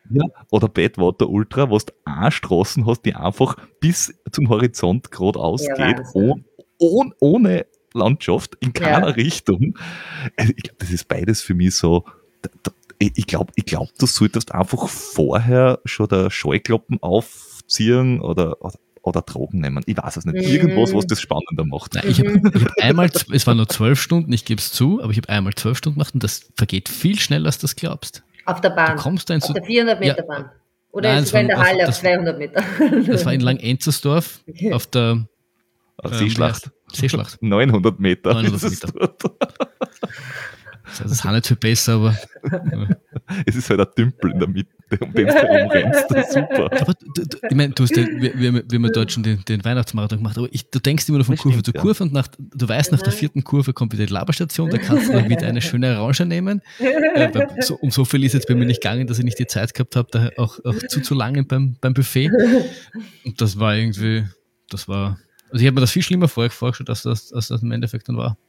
Ja, oder Badwater Ultra, wo du eine Straßen hast, die einfach bis zum Horizont geradeaus Ja, geht, Wahnsinn. ohne Landschaft, in keiner Ja. Richtung. Also ich glaube, das ist beides für mich so. Ich glaub, du solltest einfach vorher schon der Scheuklappen aufziehen oder Drogen nehmen. Ich weiß es nicht. Irgendwas, was das spannender macht. Nein, ich hab einmal, es waren nur 12 Stunden, ich gebe es zu, aber ich habe einmal 12 Stunden gemacht und das vergeht viel schneller, als du das glaubst. Auf der Bahn. Du kommst da in Auf so, der 400 Meter Ja. Bahn. Oder Nein, sogar in der Halle auf das 200 Meter. war in Langenzersdorf auf der Seeschlacht. Seeschlacht. 900 Meter. 900 ist es Meter. dort. Das ist auch nicht viel besser, aber Es ist halt ein Tümpel in der Mitte, um den du herumrennst. Das ist super. Aber ich meine, du hast wir haben dort schon den Weihnachtsmarathon gemacht, aber du denkst immer nur von Das Kurve stimmt, zu ja. Kurve und du weißt, nach der 4. Kurve kommt wieder die Laberstation, da kannst du dann wieder eine schöne Orange nehmen. Um so viel ist jetzt bei mir nicht gegangen, dass ich nicht die Zeit gehabt habe, da auch zu lange beim Buffet. Und das war irgendwie, also ich habe mir das viel schlimmer vorgestellt, als das im Endeffekt dann war.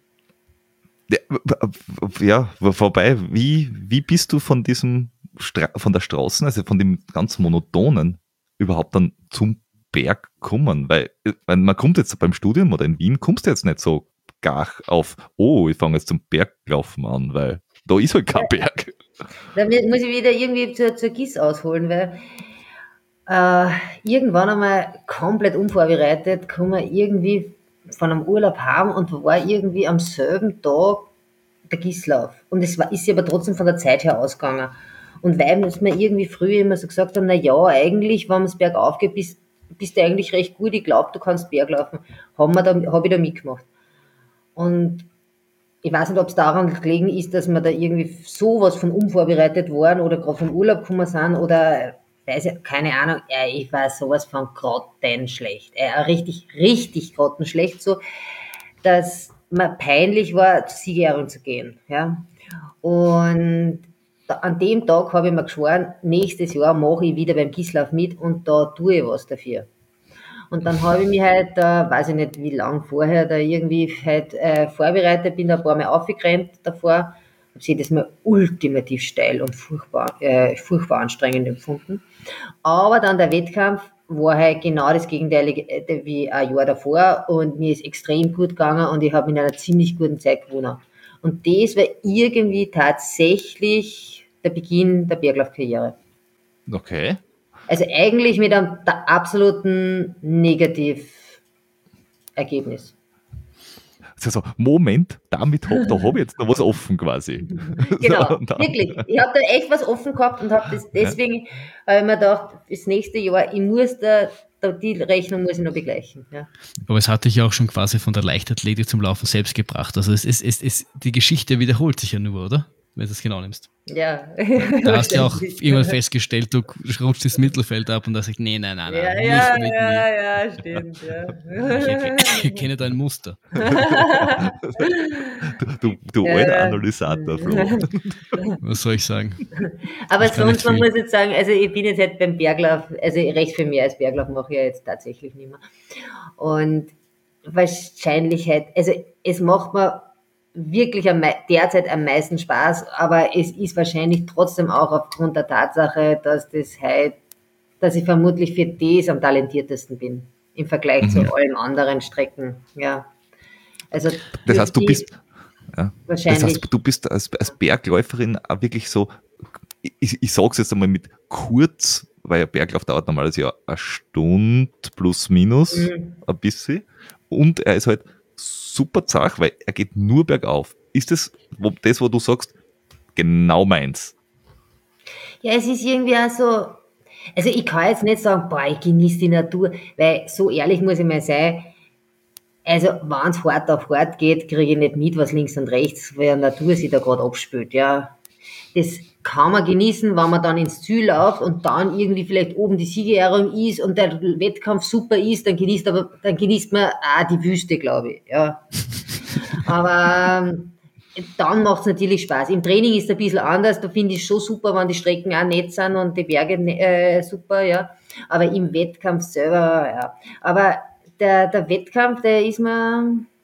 Ja, vorbei, wie bist du von von der Straße, also von dem ganz Monotonen, überhaupt dann zum Berg kommen? Weil man kommt jetzt beim Studium oder in Wien, kommst du jetzt nicht so gar auf, ich fange jetzt zum Berglaufen an, weil da ist halt kein Berg. Da muss ich wieder irgendwie zur GIS ausholen, weil irgendwann einmal komplett unvorbereitet kommen wir irgendwie von einem Urlaub heim und war irgendwie am selben Tag der Gislauf. Und ist sie aber trotzdem von der Zeit her ausgegangen. Und weil wir irgendwie früher immer so gesagt haben, na ja, eigentlich, wenn man es bergauf geht, bist du eigentlich recht gut, ich glaube, du kannst Berglaufen, habe ich da mitgemacht. Und ich weiß nicht, ob es daran gelegen ist, dass wir da irgendwie sowas von unvorbereitet waren oder gerade vom Urlaub gekommen sind oder weiß ich, keine Ahnung, ich war sowas von grottenschlecht. Richtig, richtig grottenschlecht, so, dass mir peinlich war, zur Siegerehrung zu gehen. Ja. Und an dem Tag habe ich mir geschworen, nächstes Jahr mache ich wieder beim Gislauf mit und da tue ich was dafür. Und dann habe ich mich halt, weiß ich nicht wie lang vorher, da irgendwie halt vorbereitet, bin da ein paar Mal aufgerannt davor, habe sie das mal ultimativ steil und furchtbar anstrengend empfunden. Aber dann der Wettkampf war halt genau das Gegenteilige wie ein Jahr davor und mir ist extrem gut gegangen und ich habe in einer ziemlich guten Zeit gewonnen. Und das war irgendwie tatsächlich der Beginn der Berglaufkarriere. Okay. Also eigentlich mit einem absoluten Negativergebnis. Also, Moment, da habe ich jetzt noch was offen quasi. Genau, So, und dann- wirklich. Ich habe da echt was offen gehabt und habe das deswegen habe ich mir gedacht, das nächste Jahr, ich muss die Rechnung muss ich noch begleichen. Ja. Aber es hat dich ja auch schon quasi von der Leichtathletik zum Laufen selbst gebracht. Also die Geschichte wiederholt sich ja nur, oder? Wenn du es genau nimmst. Ja. Da hast du ja auch irgendwann festgestellt, du rutschst das Mittelfeld ab und da sagst, nee, nein. Ja, stimmt, ja. Ich kenne dein Muster. Du alter Analysator, Flo. Was soll ich sagen? Aber Ich kann nicht sonst, man viel. muss jetzt sagen, also ich bin jetzt halt beim Berglauf, also recht viel mehr als Berglauf mache ich ja jetzt tatsächlich nicht mehr. Und wahrscheinlich halt, also es macht mir wirklich derzeit am meisten Spaß, aber es ist wahrscheinlich trotzdem auch aufgrund der Tatsache, dass ich vermutlich für das am talentiertesten bin im Vergleich zu allen anderen Strecken. Ja. Also Das heißt, du bist wahrscheinlich. als Bergläuferin auch wirklich so, ich sage es jetzt einmal mit kurz, weil ein Berglauf dauert normalerweise ja eine Stunde plus minus ein bisschen und er ist halt super zart, weil er geht nur bergauf. Ist das, wo du sagst, genau meins? Ja, es ist irgendwie auch so, also ich kann jetzt nicht sagen, ich genieße die Natur, weil so ehrlich muss ich mal sein, also wenn es hart auf hart geht, kriege ich nicht mit, was links und rechts, weil die Natur sich da gerade abspült, ja. Das kann man genießen, wenn man dann ins Ziel läuft und dann irgendwie vielleicht oben die Siegerehrung ist und der Wettkampf super ist, dann genießt man auch die Wüste, glaube ich, ja. Aber dann macht es natürlich Spaß. Im Training ist es ein bisschen anders, da finde ich es schon super, wenn die Strecken auch nett sind und die Berge super, ja. Aber im Wettkampf selber, ja. Aber der Wettkampf, der ist mir,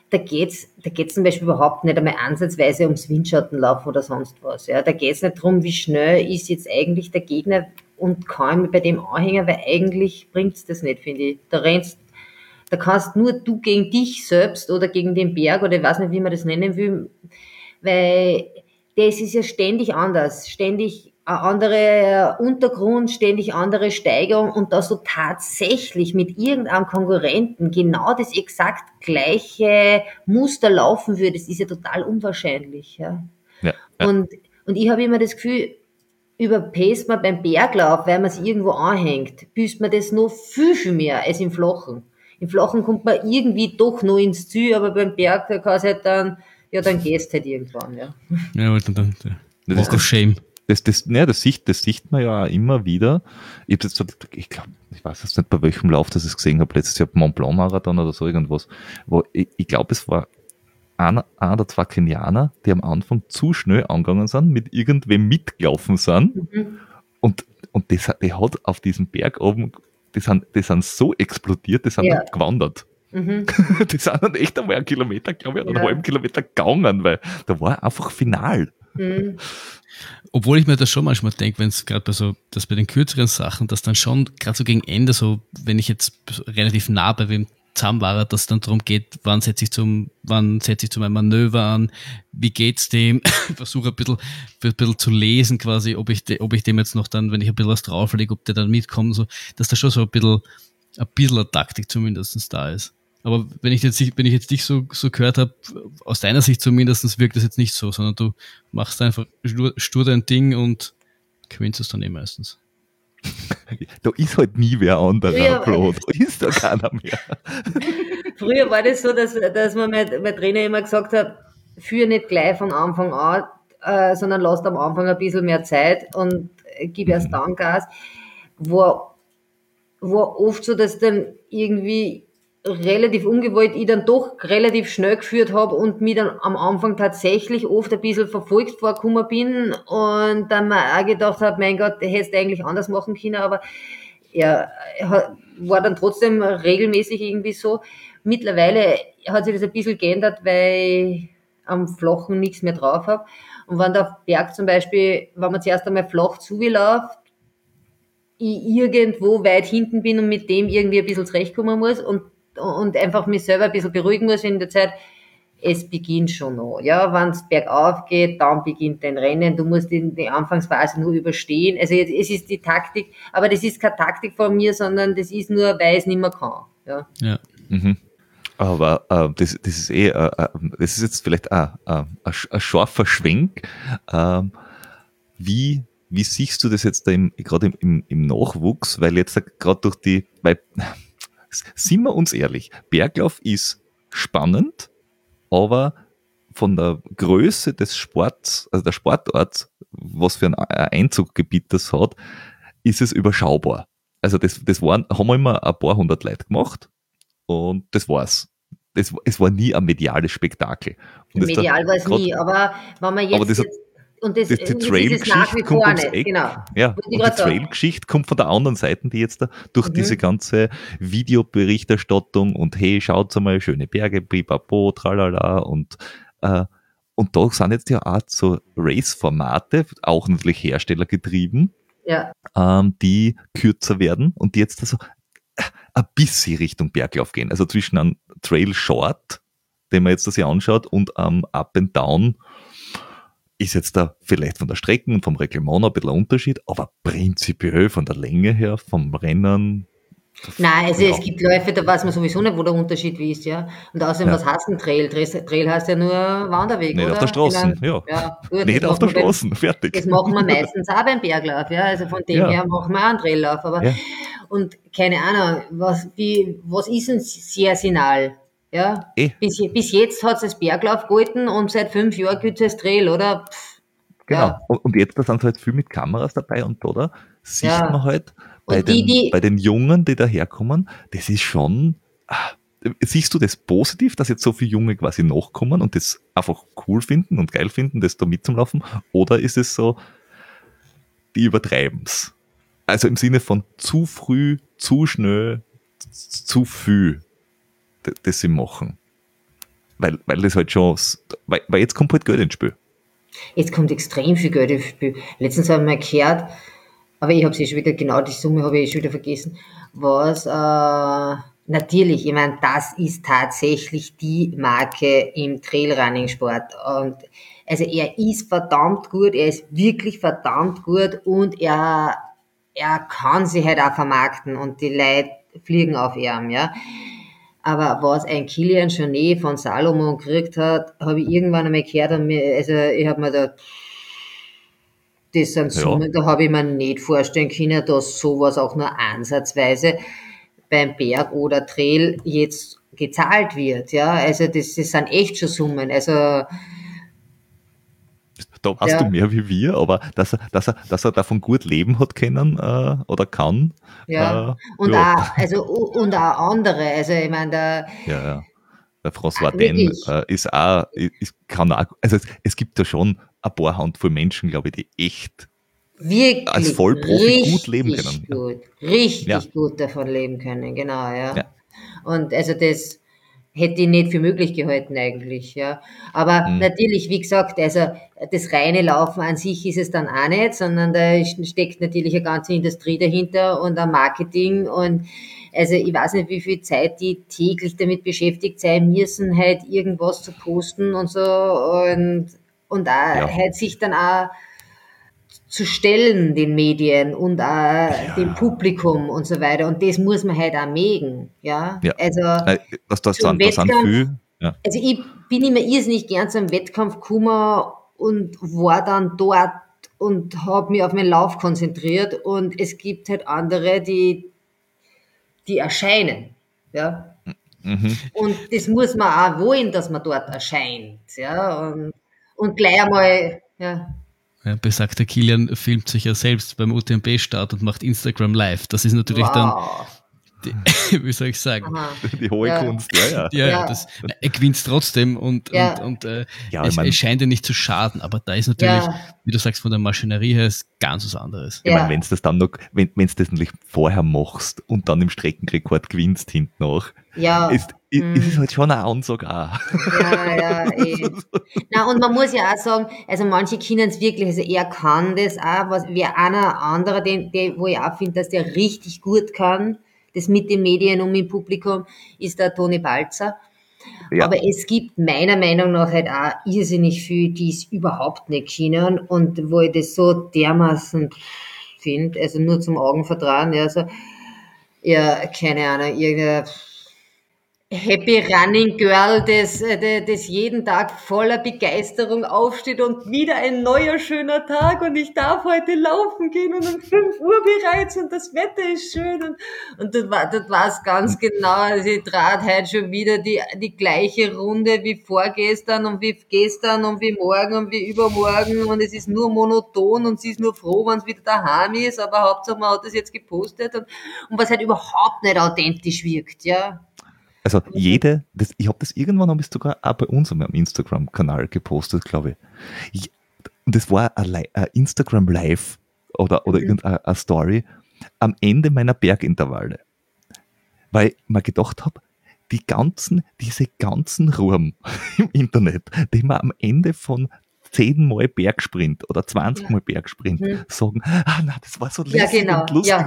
da geht's zum Beispiel überhaupt nicht einmal ansatzweise ums Windschattenlaufen oder sonst was. Ja. Da geht's nicht darum, wie schnell ist jetzt eigentlich der Gegner und kann ich mich bei dem anhängen, weil eigentlich bringt's das nicht, finde ich. Da kannst nur du gegen dich selbst oder gegen den Berg oder ich weiß nicht, wie man das nennen will, weil das ist ja ständig anders, ständig ein anderer Untergrund, ständig andere Steigerung und dass du tatsächlich mit irgendeinem Konkurrenten genau das exakt gleiche Muster laufen würdest, ist ja total unwahrscheinlich. Ja. Ja, ja. Und ich habe immer das Gefühl, überpaced man beim Berglauf, weil man es irgendwo anhängt, büßt man das noch viel, viel mehr als im Flachen. Im Flachen kommt man irgendwie doch noch ins Ziel, aber beim Berg, da kann es halt dann, ja, dann gehst halt irgendwann, ja. Ja, und dann Das Walk of Shame. Das sieht man ja auch immer wieder. Ich weiß jetzt nicht, bei welchem Lauf das ich gesehen habe, letztes Jahr Mont Blanc Marathon oder so irgendwas, wo ich glaube, es war ein oder zwei Kenianer, die am Anfang zu schnell angegangen sind, mit irgendwem mitgelaufen sind und die hat auf diesem Berg oben, die sind so explodiert, die sind Ja. dann gewandert. Die sind dann echt einmal einen Kilometer, glaube ich, oder einen halben Kilometer gegangen, weil da war einfach Final. Obwohl ich mir das schon manchmal denke, wenn es gerade bei den kürzeren Sachen, dass dann schon gerade so gegen Ende so, wenn ich jetzt relativ nah bei wem zusammen war, dass es dann darum geht, wann setze ich zu meinem Manöver an, wie geht's dem, ich versuche ein bisschen zu lesen quasi, ob ich dem jetzt noch dann, wenn ich ein bisschen was drauflege, ob der dann mitkommt, so, dass da schon so ein bisschen eine Taktik zumindest da ist. Aber wenn ich jetzt dich so gehört habe, aus deiner Sicht zumindest wirkt das jetzt nicht so, sondern du machst einfach stur dein Ding und gewinnst es dann eh meistens. Da ist halt nie wer anderer, Ja. Bro. Da ist da keiner mehr. Früher war das so, dass mir mein Trainer immer gesagt hat, führ nicht gleich von Anfang an, sondern lass am Anfang ein bisschen mehr Zeit und gib erst dann Gas. War oft so, dass dann irgendwie relativ ungewollt ich dann doch relativ schnell geführt habe und mich dann am Anfang tatsächlich oft ein bisschen verfolgt vorgekommen bin und dann mir auch gedacht habe, mein Gott, hättest du eigentlich anders machen können, aber ja, war dann trotzdem regelmäßig irgendwie so. Mittlerweile hat sich das ein bisschen geändert, weil ich am Flachen nichts mehr drauf habe. Und wenn der Berg zum Beispiel, wenn man zuerst einmal flach zugelaufen, ich irgendwo weit hinten bin und mit dem irgendwie ein bisschen zurechtkommen muss und einfach mich selber ein bisschen beruhigen muss in der Zeit, es beginnt schon noch. Ja, wenn es bergauf geht, dann beginnt dein Rennen. Du musst die Anfangsphase nur überstehen. Also jetzt, es ist die Taktik, aber das ist keine Taktik von mir, sondern das ist nur, weil ich es nicht mehr kann. Ja. Mhm. Aber das ist das ist jetzt vielleicht ein scharfer Schwenk. Wie siehst du das jetzt da gerade im Nachwuchs? Weil jetzt gerade sind wir uns ehrlich, Berglauf ist spannend, aber von der Größe des Sports, also der Sportart, was für ein Einzuggebiet das hat, ist es überschaubar. Also das haben wir immer ein paar hundert Leute gemacht und das war's. Es war nie ein mediales Spektakel. Und Medial war es nie, aber wenn man jetzt... Und das die ist es nach Trail-Geschichte wie kommt vor ums nicht, Eck. genau. Ja, Wollte ich und grad die sagen. Trail-Geschichte kommt von der anderen Seite, die jetzt da durch diese ganze Videoberichterstattung und hey, schaut mal, schöne Berge, pipapo, tralala und da sind jetzt ja auch so Race-Formate, auch natürlich herstellergetrieben, Ja. die kürzer werden und die jetzt da so ein bisschen Richtung Berglauf gehen. Also zwischen einem Trail Short, den man jetzt da sich anschaut, und Up and Down ist jetzt da vielleicht von der Strecke und vom Reglement ein bisschen ein Unterschied, aber prinzipiell von der Länge her, vom Rennen. Nein, also Ja. es gibt Läufe, da weiß man sowieso nicht, wo der Unterschied ist, ja. Und außerdem, Ja. was heißt ein Trail? Trail heißt ja nur Wanderweg, Nicht oder? auf der Straße, Ich mein, ja. gut, Nicht das auf der machen wir Straße, fertig. Das machen wir meistens auch beim Berglauf, ja. Also von dem Ja. her machen wir auch einen Traillauf. Aber, Ja. und keine Ahnung, was ist ein Saisonal? Ja. Eh. Bis jetzt hat es als Berglauf gehalten und seit 5 Jahren gilt es als Trail, oder? Genau. Ja. Und jetzt da sind halt viel mit Kameras dabei und da sieht Ja. man halt bei Und die- den Jungen, die daherkommen, das ist schon, siehst du das positiv, dass jetzt so viele Junge quasi nachkommen und das einfach cool finden und geil finden, das da mitzulaufen? Oder ist es so, die übertreiben's? Also im Sinne von zu früh, zu schnell, zu viel, das sie machen. weil das halt schon, weil jetzt kommt halt Geld ins Spiel. Jetzt kommt extrem viel Geld ins Spiel. Letztens habe ich mal gehört, aber ich habe es schon wieder, genau die Summe habe ich schon wieder vergessen, was, natürlich, ich meine, das ist tatsächlich die Marke im Trailrunning-Sport. Und also er ist verdammt gut, er ist wirklich verdammt gut und er kann sich halt auch vermarkten und die Leute fliegen auf ihm, ja. Aber was ein Kilian Jornet von Salomon gekriegt hat, habe ich irgendwann einmal gehört und ich habe mir da, das sind Summen, da habe ich mir nicht vorstellen können, dass sowas auch nur ansatzweise beim Berg oder Trail jetzt gezahlt wird, ja. Also das sind echt schon Summen, also Da weißt du mehr wie wir, aber dass er davon gut leben hat können oder kann. ja. Und auch andere, also ich meine, Der François Den wirklich. kann auch, also es gibt ja schon ein paar Handvoll Menschen, glaube ich, die echt Wirklich als Vollprofi gut leben richtig können. gut, richtig Ja. gut davon leben können, genau, ja. Ja. Und also das hätte ich nicht für möglich gehalten eigentlich, ja. Aber natürlich, wie gesagt, also das reine Laufen an sich ist es dann auch nicht, sondern da steckt natürlich eine ganze Industrie dahinter und ein Marketing und also ich weiß nicht, wie viel Zeit die täglich damit beschäftigt sein müssen, halt irgendwas zu posten und so und auch halt sich dann auch zu stellen, den Medien und dem Publikum und so weiter. Und das muss man halt auch mögen, ja. Ja. Also, Das zum sind viel. Ja. also ich bin immer irrsinnig gern zum Wettkampf gekommen und war dann dort und habe mich auf meinen Lauf konzentriert und es gibt halt andere, die erscheinen, ja. Und das muss man auch wollen, dass man dort erscheint, ja. Und gleich einmal, ja. Ja, besagter Kilian filmt sich ja selbst beim UTMB-Start und macht Instagram live. Das ist natürlich dann, wie soll ich sagen? Aha. Die hohe Kunst, ja. Ja. Er gewinnt trotzdem und es scheint ja nicht zu schaden, aber da ist natürlich, wie du sagst, von der Maschinerie her ist ganz was anderes. Ich meine, wenn du das dann noch, wenn du das natürlich vorher machst und dann im Streckenrekord gewinnst hinten nach, ist es halt schon eine Ansage auch. Na, und man muss ja auch sagen, also manche können es wirklich, also er kann das auch, wer einer andere, wo ich auch finde, dass der richtig gut kann, das mit den Medien und mit dem Publikum, ist der Toni Balzer. Ja. Aber es gibt meiner Meinung nach halt auch irrsinnig viel, die es überhaupt nicht können und wo ich das so dermaßen finde, also nur zum Augenvertrauen, keine Ahnung, irgendein Happy Running Girl, das jeden Tag voller Begeisterung aufsteht und wieder ein neuer schöner Tag und ich darf heute laufen gehen und um 5 Uhr bereits und das Wetter ist schön und das war's ganz genau. Sie trat heute schon wieder die gleiche Runde wie vorgestern und wie gestern und wie morgen und wie übermorgen und es ist nur monoton und sie ist nur froh, wenn es wieder daheim ist, aber Hauptsache man hat das jetzt gepostet und was halt überhaupt nicht authentisch wirkt, ja. Also ich habe das irgendwann sogar auch bei uns am Instagram-Kanal gepostet, glaube ich. Und das war ein Instagram Live oder irgendeine Story am Ende meiner Bergintervalle. Weil ich mir gedacht habe, diese ganzen Ruhm im Internet, die man am Ende von 10 Mal Bergsprint oder 20 Mal Bergsprint sagen, das war so lässig und lustig.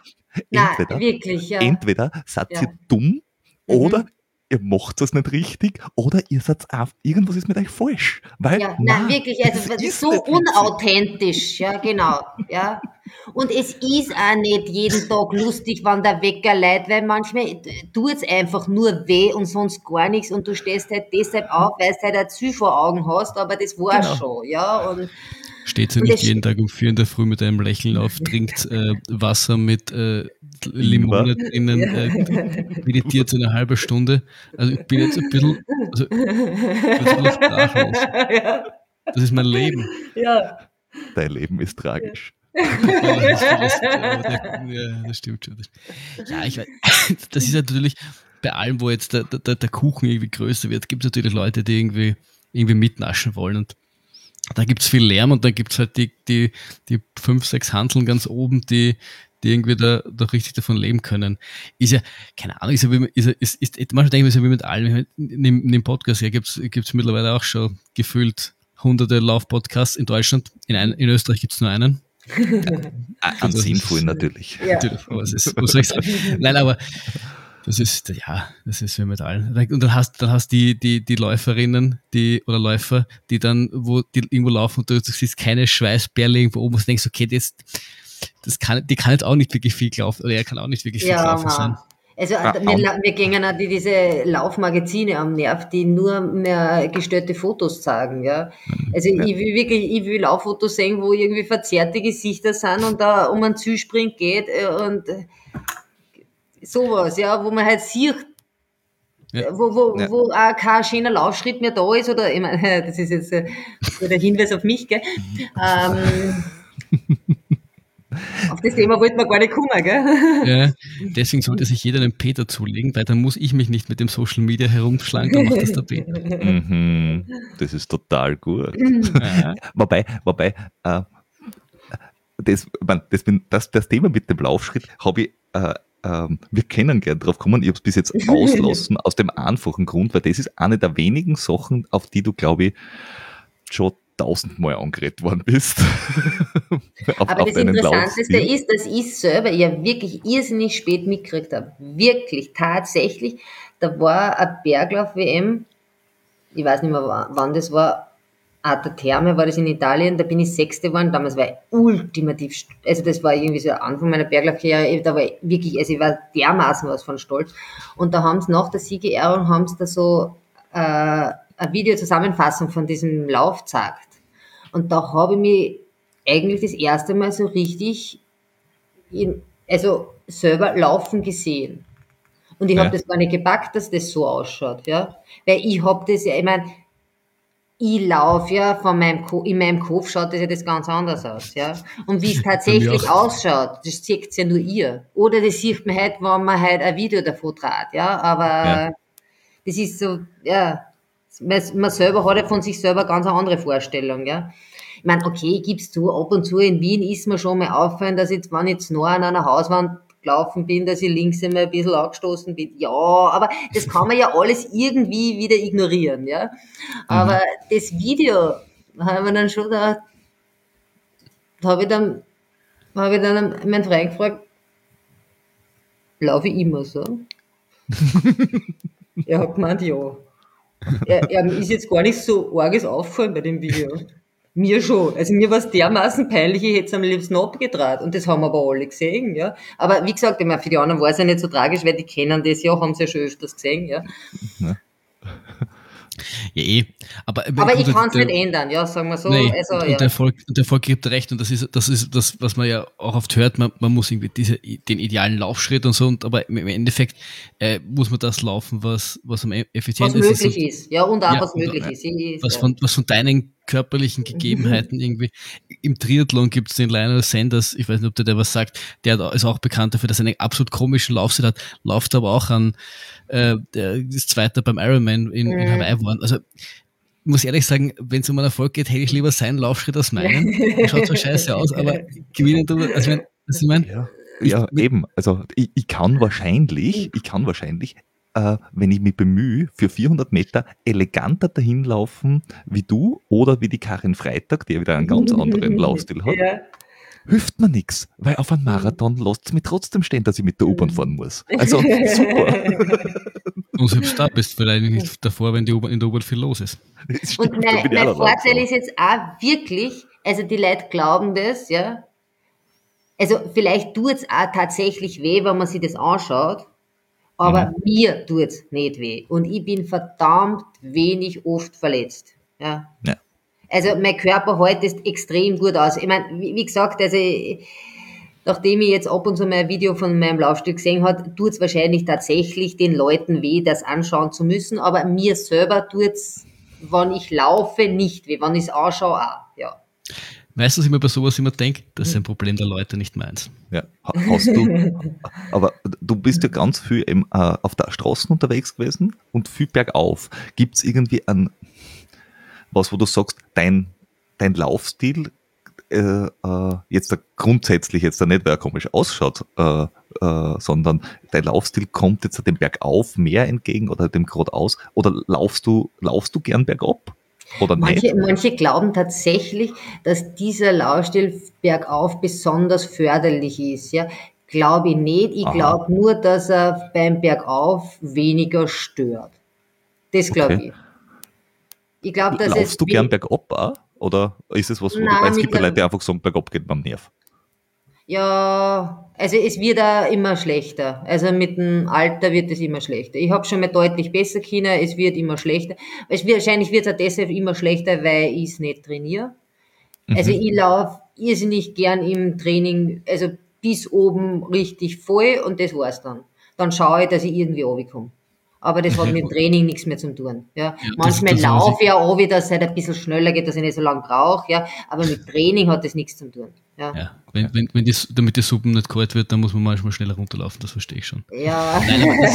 Und entweder seid ihr dumm, oder ihr macht es nicht richtig, oder ihr seid einfach, irgendwas ist mit euch falsch. Weil, wirklich, also das ist so unauthentisch, ja, genau, ja. Und es ist auch nicht jeden Tag lustig, wenn der Wecker läutet, weil manchmal tut es einfach nur weh und sonst gar nichts und du stehst halt deshalb auf, weil du halt ein Ziel vor Augen hast, aber das war schon, ja. Und steht sie nicht jeden Tag um 4 in der Früh mit einem Lächeln auf, trinkt Wasser mit Limone drinnen, meditiert so eine halbe Stunde. Also ich bin jetzt ein bisschen sprachlos. Ja. Das ist mein Leben. Ja. Dein Leben ist tragisch. Ja, das stimmt schon. Ja, ich weiß, das ist natürlich bei allem, wo jetzt der Kuchen irgendwie größer wird, gibt es natürlich Leute, die irgendwie mitnaschen wollen und da gibt's viel Lärm und dann gibt's halt die 5, 6 Hanteln ganz oben, die die irgendwie da richtig davon leben können. Ist ja, keine Ahnung, manchmal denke ich mir, ist ja wie mit allem. In dem Podcast gibt's mittlerweile auch schon gefühlt hunderte Lauf-Podcasts in Deutschland. In Österreich gibt's nur einen. An sinnvoll natürlich. Ja. Natürlich, aber was soll ich sagen? Nein, aber das ist wie mit allen. Und dann hast die Läuferinnen, oder Läufer, die dann, die irgendwo laufen und du siehst keine Schweißperle irgendwo oben und denkst, okay, die kann jetzt auch nicht wirklich viel laufen, oder er kann auch nicht wirklich viel laufen sein. Also wir gehen auch diese Laufmagazine am Nerv, die nur mehr gestörte Fotos zeigen, ja. Also ich will Lauffotos sehen, wo irgendwie verzerrte Gesichter sind und da um einen Zielsprint geht und sowas, ja, wo man halt sieht, wo auch kein schöner Laufschritt mehr da ist, oder, ich meine, das ist jetzt der Hinweis auf mich, gell. Auf das Thema wollten wir gar nicht kommen, gell? Ja, deswegen sollte sich jeder einen Peter zulegen, weil dann muss ich mich nicht mit dem Social Media herumschlagen, dann macht das der Peter. Das ist total gut. Wobei, das Thema mit dem Laufschritt habe ich, wir können gern drauf kommen, ich habe es bis jetzt auslassen, aus dem einfachen Grund, weil das ist eine der wenigen Sachen, auf die du, glaube ich, schon 1000-mal angeredet worden bist. Aber das Interessanteste ist, dass ich selber ja wirklich irrsinnig spät mitgekriegt habe. Wirklich, tatsächlich. Da war eine Berglauf-WM, ich weiß nicht mehr, wann das war, der Terme war das in Italien, da bin ich Sechste geworden, damals war ich ultimativ, also das war irgendwie so Anfang meiner Berglaufkarriere, da war ich wirklich, also ich war dermaßen was von stolz. Und da haben sie nach der Siegerehrung, haben sie da so eine Videozusammenfassung von diesem Lauf gezeigt. Und da habe ich mich eigentlich das erste Mal so richtig selber laufen gesehen. Und ich habe das gar nicht gepackt, dass das so ausschaut, ja. Weil ich habe das ja, ich meine, ich laufe ja in meinem Kopf schaut das ja das ganz anders aus, ja. Und wie es tatsächlich ausschaut, das sieht ja nur ihr. Oder das sieht man halt, wenn man halt ein Video davon dreht, ja. Aber das ist so, ja, man selber hat ja von sich selber ganz eine andere Vorstellung, ja. Ich meine, okay, gibst du, ab und zu in Wien ist mir schon mal auffallen, dass jetzt, wenn ich jetzt nah an einer Hauswand gelaufen bin, dass ich links einmal ein bisschen angestoßen bin. Ja, aber das kann man ja alles irgendwie wieder ignorieren, ja. Aber das Video, haben wir dann schon da habe ich dann meinen Freund gefragt, laufe ich immer so? Er hat gemeint, ja. Er ist jetzt gar nicht so arges aufgefallen bei dem Video. Mir schon. Also mir war es dermaßen peinlich, ich hätte es am liebsten abgedreht. Und das haben aber alle gesehen, ja. Aber wie gesagt, ich meine, für die anderen war es ja nicht so tragisch, weil die kennen das ja, haben es ja schon öfters gesehen, ja. Ja, aber ich kann es nicht ändern, ja, sagen wir so. Nee, also, und der Volk gibt recht, und das ist das, was man ja auch oft hört, man muss irgendwie den idealen Laufschritt und so, aber im Endeffekt muss man das laufen, was am effizientesten ist. Was möglich ist, ja, und auch was möglich ist. Was von deinen körperlichen Gegebenheiten irgendwie. Im Triathlon gibt es den Lionel Sanders, ich weiß nicht, ob der was sagt, der ist auch bekannt dafür, dass er einen absolut komischen Laufstil hat, läuft aber auch an, der ist Zweiter beim Ironman in Hawaii geworden. Also, ich muss ehrlich sagen, wenn es um einen Erfolg geht, hätte ich lieber seinen Laufschritt als meinen. Der schaut so scheiße aus, aber gewinnen tut er, also was ich meine? Ja, eben. Also, ich kann wahrscheinlich, wenn ich mich bemühe, für 400 Meter eleganter dahin laufen wie du oder wie die Karin Freitag, die ja wieder einen ganz anderen Laufstil hat. Ja. Hilft mir nichts, weil auf einem Marathon lässt es mich trotzdem stehen, dass ich mit der U-Bahn fahren muss. Also super. Und selbst da bist du vielleicht nicht davor, wenn in der U-Bahn viel los ist. Und mein Vorteil ist jetzt auch wirklich, also die Leute glauben das, ja. Also vielleicht tut es auch tatsächlich weh, wenn man sich das anschaut, aber mir tut es nicht weh. Und ich bin verdammt wenig oft verletzt. Ja. Also mein Körper hält das extrem gut aus. Ich meine, wie gesagt, also nachdem ich jetzt ab und zu mal ein Video von meinem Laufstil gesehen habe, tut es wahrscheinlich tatsächlich den Leuten weh, das anschauen zu müssen, aber mir selber tut es, wenn ich laufe, nicht weh, wenn ich es anschaue, auch, ja. Weißt du, was ich mir bei sowas immer denke? Das ist ein Problem der Leute, nicht meins. Ja, hast du. Aber du bist ja ganz viel auf der Straße unterwegs gewesen und viel bergauf. Gibt es irgendwie was, wo du sagst, dein Laufstil, jetzt grundsätzlich jetzt da nicht, weil er komisch ausschaut, sondern dein Laufstil kommt jetzt dem Bergauf mehr entgegen oder dem geradeaus, oder laufst du gern bergab? Oder nicht? Manche glauben tatsächlich, dass dieser Laufstil bergauf besonders förderlich ist. Ja, glaube ich nicht. Ich Aha. glaube nur, dass er beim Bergauf weniger stört. Das glaube Okay. ich. Ich glaube, dass Laufst du gern bergab auch? Oder ist es was, wo Nein, weil es gibt ja mittler- Leute, die einfach sagen, bergab geht beim Nerv. Ja, also es wird auch immer schlechter. Also mit dem Alter wird es immer schlechter. Ich habe schon mal deutlich besser können, es wird immer schlechter. Wahrscheinlich wird es auch deshalb immer schlechter, weil ich es nicht trainiere. Also ich laufe irrsinnig gern im Training, also bis oben richtig voll und das war's dann. Dann schaue ich, dass ich irgendwie runterkomme. Aber das hat mit dem Training nichts mehr zu tun. Ja. Manchmal das laufe ich auch runter, dass es halt ein bisschen schneller geht, dass ich nicht so lange brauche. Ja. Aber mit Training hat das nichts zu tun. Ja. Ja, damit die Suppe nicht kalt wird, dann muss man manchmal schneller runterlaufen, das verstehe ich schon. Ja. Nein, aber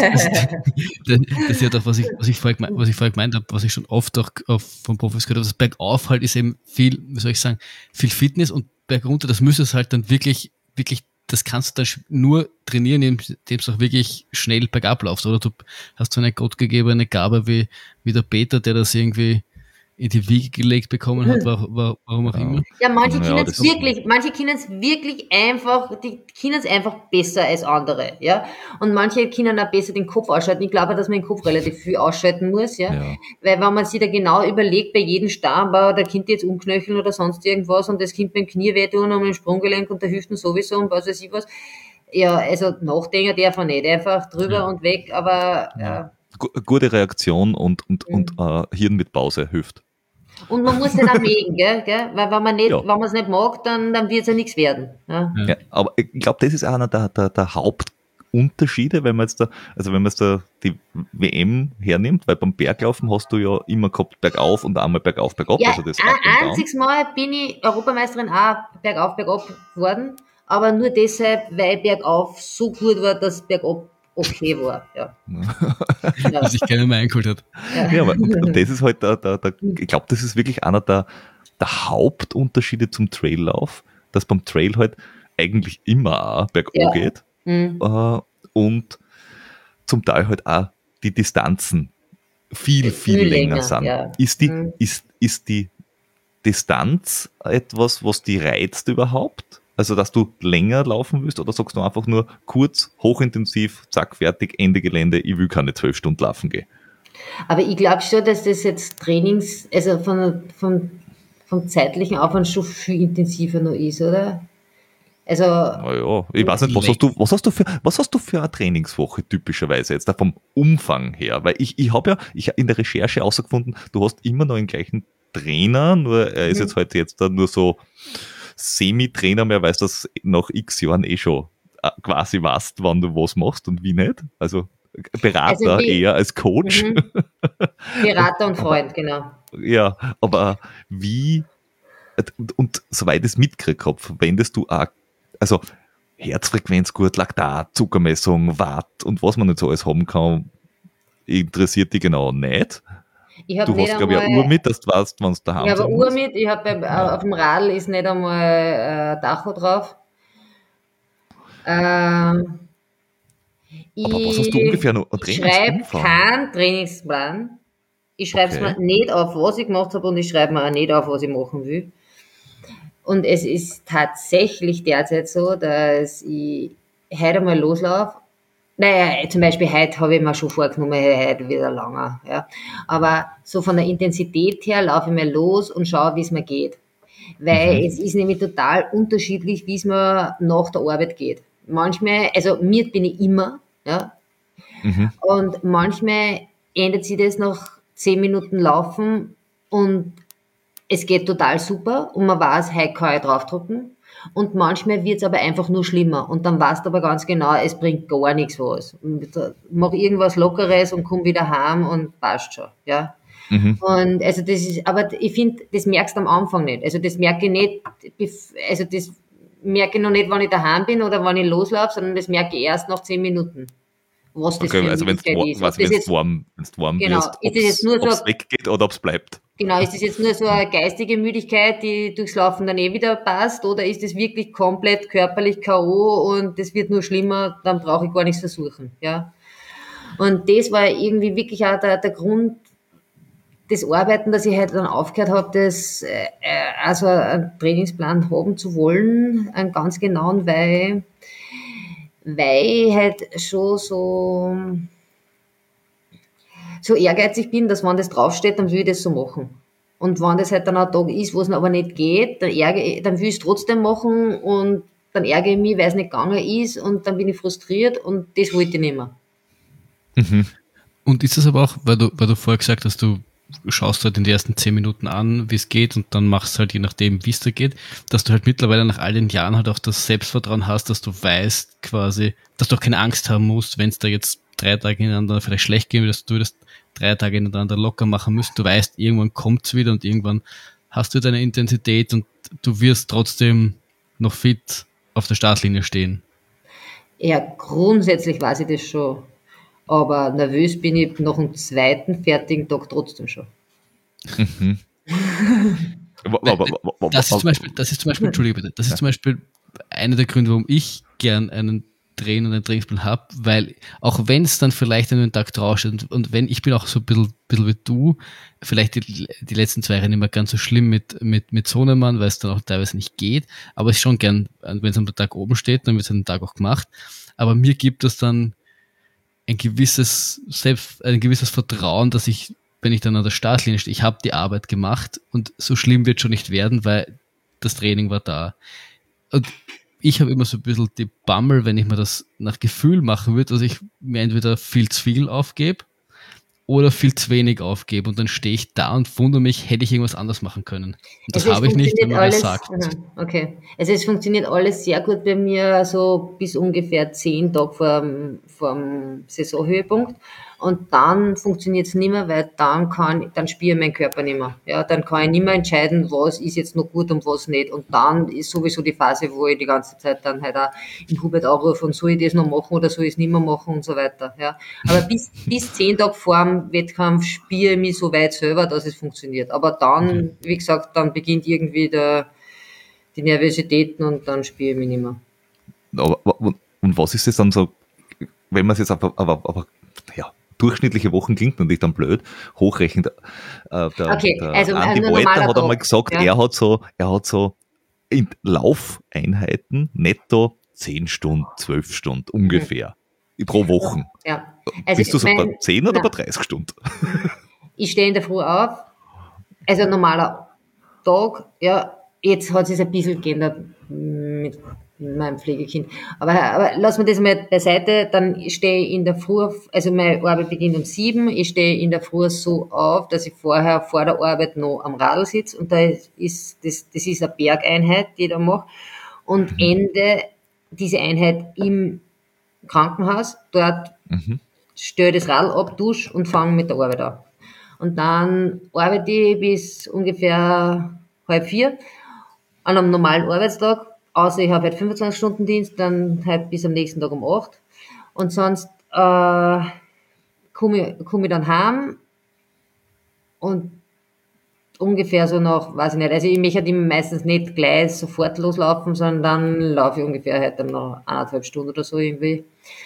das ist ja doch, was ich vorher gemeint habe, was ich schon oft auch von Profis gehört habe, das Bergauf halt ist eben viel, wie soll ich sagen, viel Fitness, und bergunter, das müsste es halt dann wirklich, das kannst du dann nur trainieren, indem du auch wirklich schnell bergab laufst, oder du hast so eine gottgegebene Gabe wie der Peter, der das irgendwie in die Wiege gelegt bekommen hat, warum auch immer. Ja, manche Ja, können das- es wirklich einfach, die können es einfach besser als andere, ja. Und manche können auch besser den Kopf ausschalten. Ich glaube, dass man den Kopf relativ viel ausschalten muss, ja. Ja. Weil wenn man sich da genau überlegt, bei jedem Stammbau, der Kind jetzt umknöcheln oder sonst irgendwas und das Kind beim Knie wehtun und mit dem Sprunggelenk und der Hüften sowieso und was weiß ich was. Ja, also nachdenken darf man nicht. Einfach drüber und weg, aber, ja. Gute Reaktion und Hirn mit Pause hilft. Und man muss den auch mögen, gell? Weil wenn man Ja. es nicht mag, dann wird es ja nichts werden. Ja. Ja, aber ich glaube, das ist einer der Hauptunterschiede, wenn man jetzt da die WM hernimmt, weil beim Berglaufen hast du ja immer gehabt bergauf und einmal bergauf, bergab, Ja, also das ein Up and Down. einziges Mal bin ich Europameisterin auch bergauf, bergab geworden, aber nur deshalb, weil bergauf so gut war, dass bergab okay war. Ja. Ja. Dass sich keiner mehr eingeholt hat. Ja, aber und das ist halt ich glaube, das ist wirklich einer der Hauptunterschiede zum Traillauf, dass beim Trail halt eigentlich immer auch bergab Ja. geht Mhm. und zum Teil halt auch die Distanzen viel Viel länger länger, sind. ja. Ist die Distanz etwas, was die reizt überhaupt? Also, dass du länger laufen willst, oder sagst du einfach nur kurz, hochintensiv, zack, fertig, Ende Gelände, ich will keine 12 Stunden laufen gehen? Aber ich glaube schon, dass das jetzt also vom zeitlichen Aufwand schon viel intensiver noch ist, oder? Also, Naja, ich weiß nicht, was hast du für eine Trainingswoche typischerweise jetzt, da vom Umfang her? Weil ich habe ja in der Recherche herausgefunden, du hast immer noch den gleichen Trainer, nur er ist jetzt da nur so Semi-Trainer mehr, weil du das nach x Jahren schon quasi weißt, wann du was machst und wie nicht. Also Berater Also eher als Coach. Berater und Freund, genau. Ja, aber wie, und soweit ich es mitgekriegt habe, verwendest du auch, also Herzfrequenzgurt, Laktat, Zuckermessung, Watt und was man nicht so alles haben kann, interessiert dich genau nicht. Ich habe Du nicht hast, glaube ich, eine einmal, Uhr mit, dass du weißt, wann es daheim ich habe sein eine Uhr musst. mit, ich habe auf dem Radl ist nicht einmal Tacho drauf. Aber was hast du ungefähr noch an Ich schreibe Trainingsumfang? keinen Trainingsplan. Ich schreibe es Okay. mir nicht auf, was ich gemacht habe, und ich schreibe mir auch nicht auf, was ich machen will. Und es ist tatsächlich derzeit so, dass ich heute mal loslaufe. Naja, zum Beispiel heute habe ich mir schon vorgenommen, heute wieder länger. Ja. Aber so von der Intensität her laufe ich mal los und schaue, wie es mir geht. Weil es ist nämlich total unterschiedlich, wie es mir nach der Arbeit geht. Manchmal, also mir bin ich immer, ja. Und manchmal ändert sich das nach 10 Minuten Laufen und es geht total super und man weiß, heute kann ich draufdrücken. Und manchmal wird es aber einfach nur schlimmer. Und dann weißt du aber ganz genau, es bringt gar nichts was. Mach irgendwas Lockeres und komm wieder heim und passt schon. Ja. Und also das ist, aber ich finde, das merkst du am Anfang nicht. Also das merke ich nicht, also das merke ich noch nicht, wenn ich daheim bin oder wenn ich loslaufe, sondern das merke ich erst nach 10 Minuten. was das Okay, für eine also wenn Möglichkeit ist. Ob es das jetzt, warm genau, wirst, ist das jetzt nur so, ob es weggeht oder ob es bleibt. genau, ist das jetzt nur so eine geistige Müdigkeit, die durchs Laufen dann eh wieder passt, oder ist das wirklich komplett körperlich K.O. und das wird nur schlimmer, dann brauche ich gar nichts versuchen, ja. Und das war irgendwie wirklich auch der Grund, das Arbeiten, dass ich halt dann aufgehört habe, also einen Trainingsplan haben zu wollen, einen ganz genauen, weil ich halt schon so ehrgeizig bin, dass wenn das draufsteht, dann will ich das so machen. Und wenn das halt dann ein Tag ist, wo es aber nicht geht, dann will ich es trotzdem machen und dann ärgere ich mich, weil es nicht gegangen ist und dann bin ich frustriert und das wollte ich nicht mehr. Und ist das aber auch, weil du vorher gesagt hast, du schaust halt in den ersten 10 Minuten an, wie es geht und dann machst halt je nachdem, wie es da geht, dass du halt mittlerweile nach all den Jahren halt auch das Selbstvertrauen hast, dass du weißt quasi, dass du auch keine Angst haben musst, wenn es da jetzt 3 Tage hintereinander vielleicht schlecht gehen, dass du das 3 Tage hintereinander locker machen musst. Du weißt, irgendwann kommt's wieder und irgendwann hast du deine Intensität und du wirst trotzdem noch fit auf der Startlinie stehen. Ja, grundsätzlich weiß ich das schon. Aber nervös bin ich nach dem zweiten fertigen Tag trotzdem schon. Das ist zum Beispiel, Entschuldige bitte, das ist zum Beispiel einer der Gründe, warum ich gern einen Trainingsplan habe, weil auch wenn es dann vielleicht an den Tag draufsteht und wenn, ich bin auch so ein bisschen wie du, vielleicht die letzten 2 Jahre nicht mehr ganz so schlimm mit Sohnemann, weil es dann auch teilweise nicht geht, aber ich schon gern, wenn es am Tag oben steht, dann wird es an den Tag auch gemacht, aber mir gibt es dann ein gewisses Vertrauen, dass ich, wenn ich dann an der Startlinie stehe, ich habe die Arbeit gemacht und so schlimm wird schon nicht werden, weil das Training war da. Und ich habe immer so ein bisschen die Bammel, wenn ich mir das nach Gefühl machen würde, dass ich mir entweder viel zu viel aufgebe oder viel zu wenig aufgebe und dann stehe ich da und wundere mich, hätte ich irgendwas anders machen können. Und das habe ich nicht, wenn man das sagt. Okay. Also es funktioniert alles sehr gut bei mir, so bis ungefähr 10 Tage vor dem Saisonhöhepunkt. Und dann funktioniert es nicht mehr, weil dann spüre ich meinen Körper nicht mehr. Ja, dann kann ich nicht mehr entscheiden, was ist jetzt noch gut und was nicht. Und dann ist sowieso die Phase, wo ich die ganze Zeit dann halt auch in Hubert anrufe und soll ich das noch machen oder soll ich es nicht mehr machen und so weiter. Ja. Aber bis 10 Tage vor dem Wettkampf spüre ich mich so weit selber, dass es funktioniert. Aber dann, wie gesagt, dann beginnt irgendwie die Nervositäten und dann spüre ich mich nicht mehr. Und was ist es dann so, wenn man es jetzt aber ja, durchschnittliche Wochen klingt natürlich dann blöd, hochrechnet. Der Andi Walter hat einmal gesagt, ja. er hat so in Laufeinheiten netto 10 Stunden, 12 Stunden ungefähr pro Woche. Ja. Also bist du so bei 10 oder bei 30 Stunden? Ich stehe in der Früh auf, also ein normaler Tag, ja, jetzt hat es ein bisschen geändert mit meinem Pflegekind. Aber lassen wir das mal beiseite, dann stehe ich in der Früh, also meine Arbeit beginnt um 7, ich stehe in der Früh so auf, dass ich vor der Arbeit noch am Radl sitze und das ist eine Bergeinheit, die ich da mache und ende diese Einheit im Krankenhaus, dort stelle das Radl ab, dusche und fange mit der Arbeit an. Und dann arbeite ich bis ungefähr 3:30 an einem normalen Arbeitstag, außer ich habe halt 25-Stunden-Dienst, dann halt bis am nächsten Tag um 8. Und sonst komme ich dann heim und ungefähr so nach, weiß ich nicht, also ich möchte halt meistens nicht gleich sofort loslaufen, sondern dann laufe ich ungefähr halt dann noch 1,5 Stunden oder so irgendwie.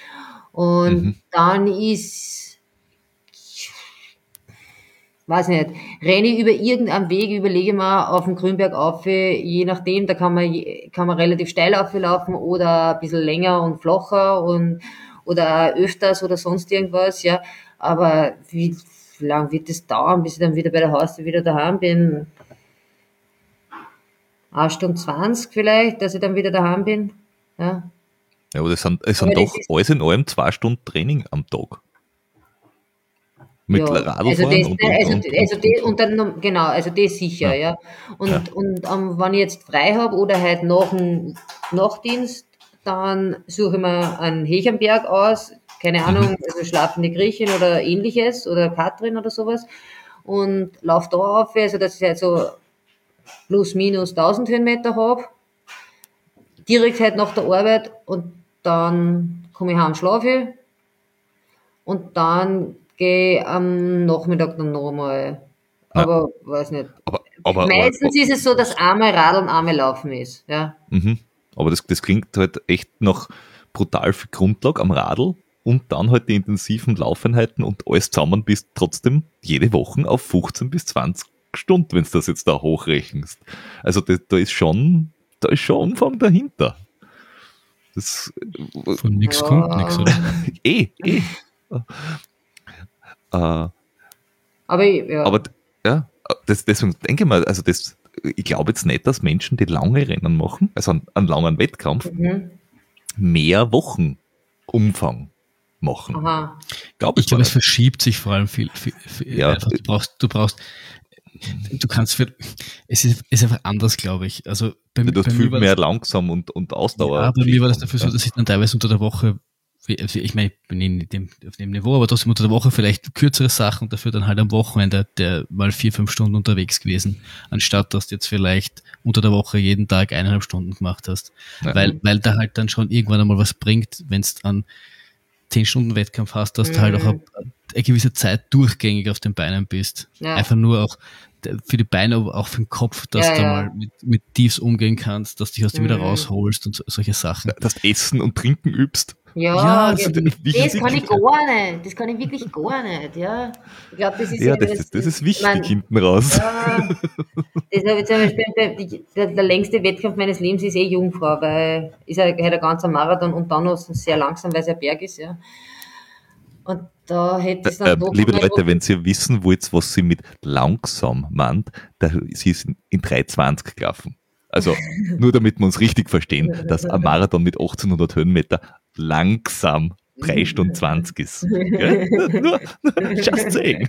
Und dann weiß nicht, renne ich über irgendeinen Weg, überlege mal auf den Grünberg auf, je nachdem, da kann man relativ steil auflaufen oder ein bisschen länger und flacher oder öfters oder sonst irgendwas, ja. Aber wie lang wird das dauern, bis ich dann wieder bei der Haustür wieder daheim bin? 1 Stunde 20 vielleicht, dass ich dann wieder daheim bin, ja. Ja, aber es sind doch alles in allem 2 Stunden Training am Tag. Mit Radlfahren und dann, genau, also das sicher, ja. Und wenn ich jetzt frei habe oder halt nach dem Nachtdienst, dann suche ich mir einen Hechenberg aus, keine Ahnung, also schlafende Griechin oder ähnliches oder Katrin oder sowas und laufe da auf, also dass ich halt so plus minus 1000 Höhenmeter habe, direkt halt nach der Arbeit und dann komme ich heim, schlafe und dann gehe ich am Nachmittag dann noch einmal. Ja. Aber weiß nicht. Aber Meistens ist es so, dass einmal Radeln, einmal Laufen ist. Ja. Aber das klingt halt echt nach brutal viel Grundlage am Radl und dann halt die intensiven Laufeinheiten und alles zusammen bist trotzdem jede Woche auf 15 bis 20 Stunden, wenn du das jetzt da hochrechnest. Also da ist schon Umfang dahinter. Das, Von nichts kommt nichts, oder? eh. Aber ja. Aber ja, deswegen denke ich mal, also ich glaube jetzt nicht, dass Menschen, die lange Rennen machen, also einen langen Wettkampf, mehr Wochenumfang machen. Aha. Ich glaube, es verschiebt sich vor allem viel. Ja. Einfach, du kannst es ist einfach anders, glaube ich. Also bei Du hast mir viel war mehr langsam und Ausdauer. Ja, bei mir war das dafür so, dass ich dann teilweise unter der Woche, also ich meine, ich bin nicht auf dem Niveau, aber trotzdem unter der Woche vielleicht kürzere Sachen und dafür dann halt am Wochenende der mal 4-5 Stunden unterwegs gewesen, anstatt dass du jetzt vielleicht unter der Woche jeden Tag 1,5 Stunden gemacht hast. Ja. Weil da halt dann schon irgendwann einmal was bringt, wenn es an 10 Stunden Wettkampf hast, dass du halt auch eine gewisse Zeit durchgängig auf den Beinen bist. Ja. Einfach nur auch für die Beine, aber auch für den Kopf, dass du mal mit Tiefs umgehen kannst, dass du dich aus dem wieder rausholst und solche Sachen. Dass du Essen und Trinken übst. Ja, also das kann ich gar nicht. Das kann ich wirklich gar nicht, ja. Ich glaube, das ist Ja, das ist wichtig hinten raus. Ja, das habe ich zum Beispiel, der längste Wettkampf meines Lebens ist Jungfrau, weil ist halt ein ganzer Marathon und dann noch sehr langsam, weil es ein Berg ist, ja. Und da hätte es dann doch liebe mal Leute, wenn ihr wissen wollt, was sie mit langsam meint, sie ist in 3,20 gelaufen. Also nur damit wir uns richtig verstehen, dass ein Marathon mit 1800 Höhenmeter langsam 3 Stunden 20 ist. Gell? Nur just saying.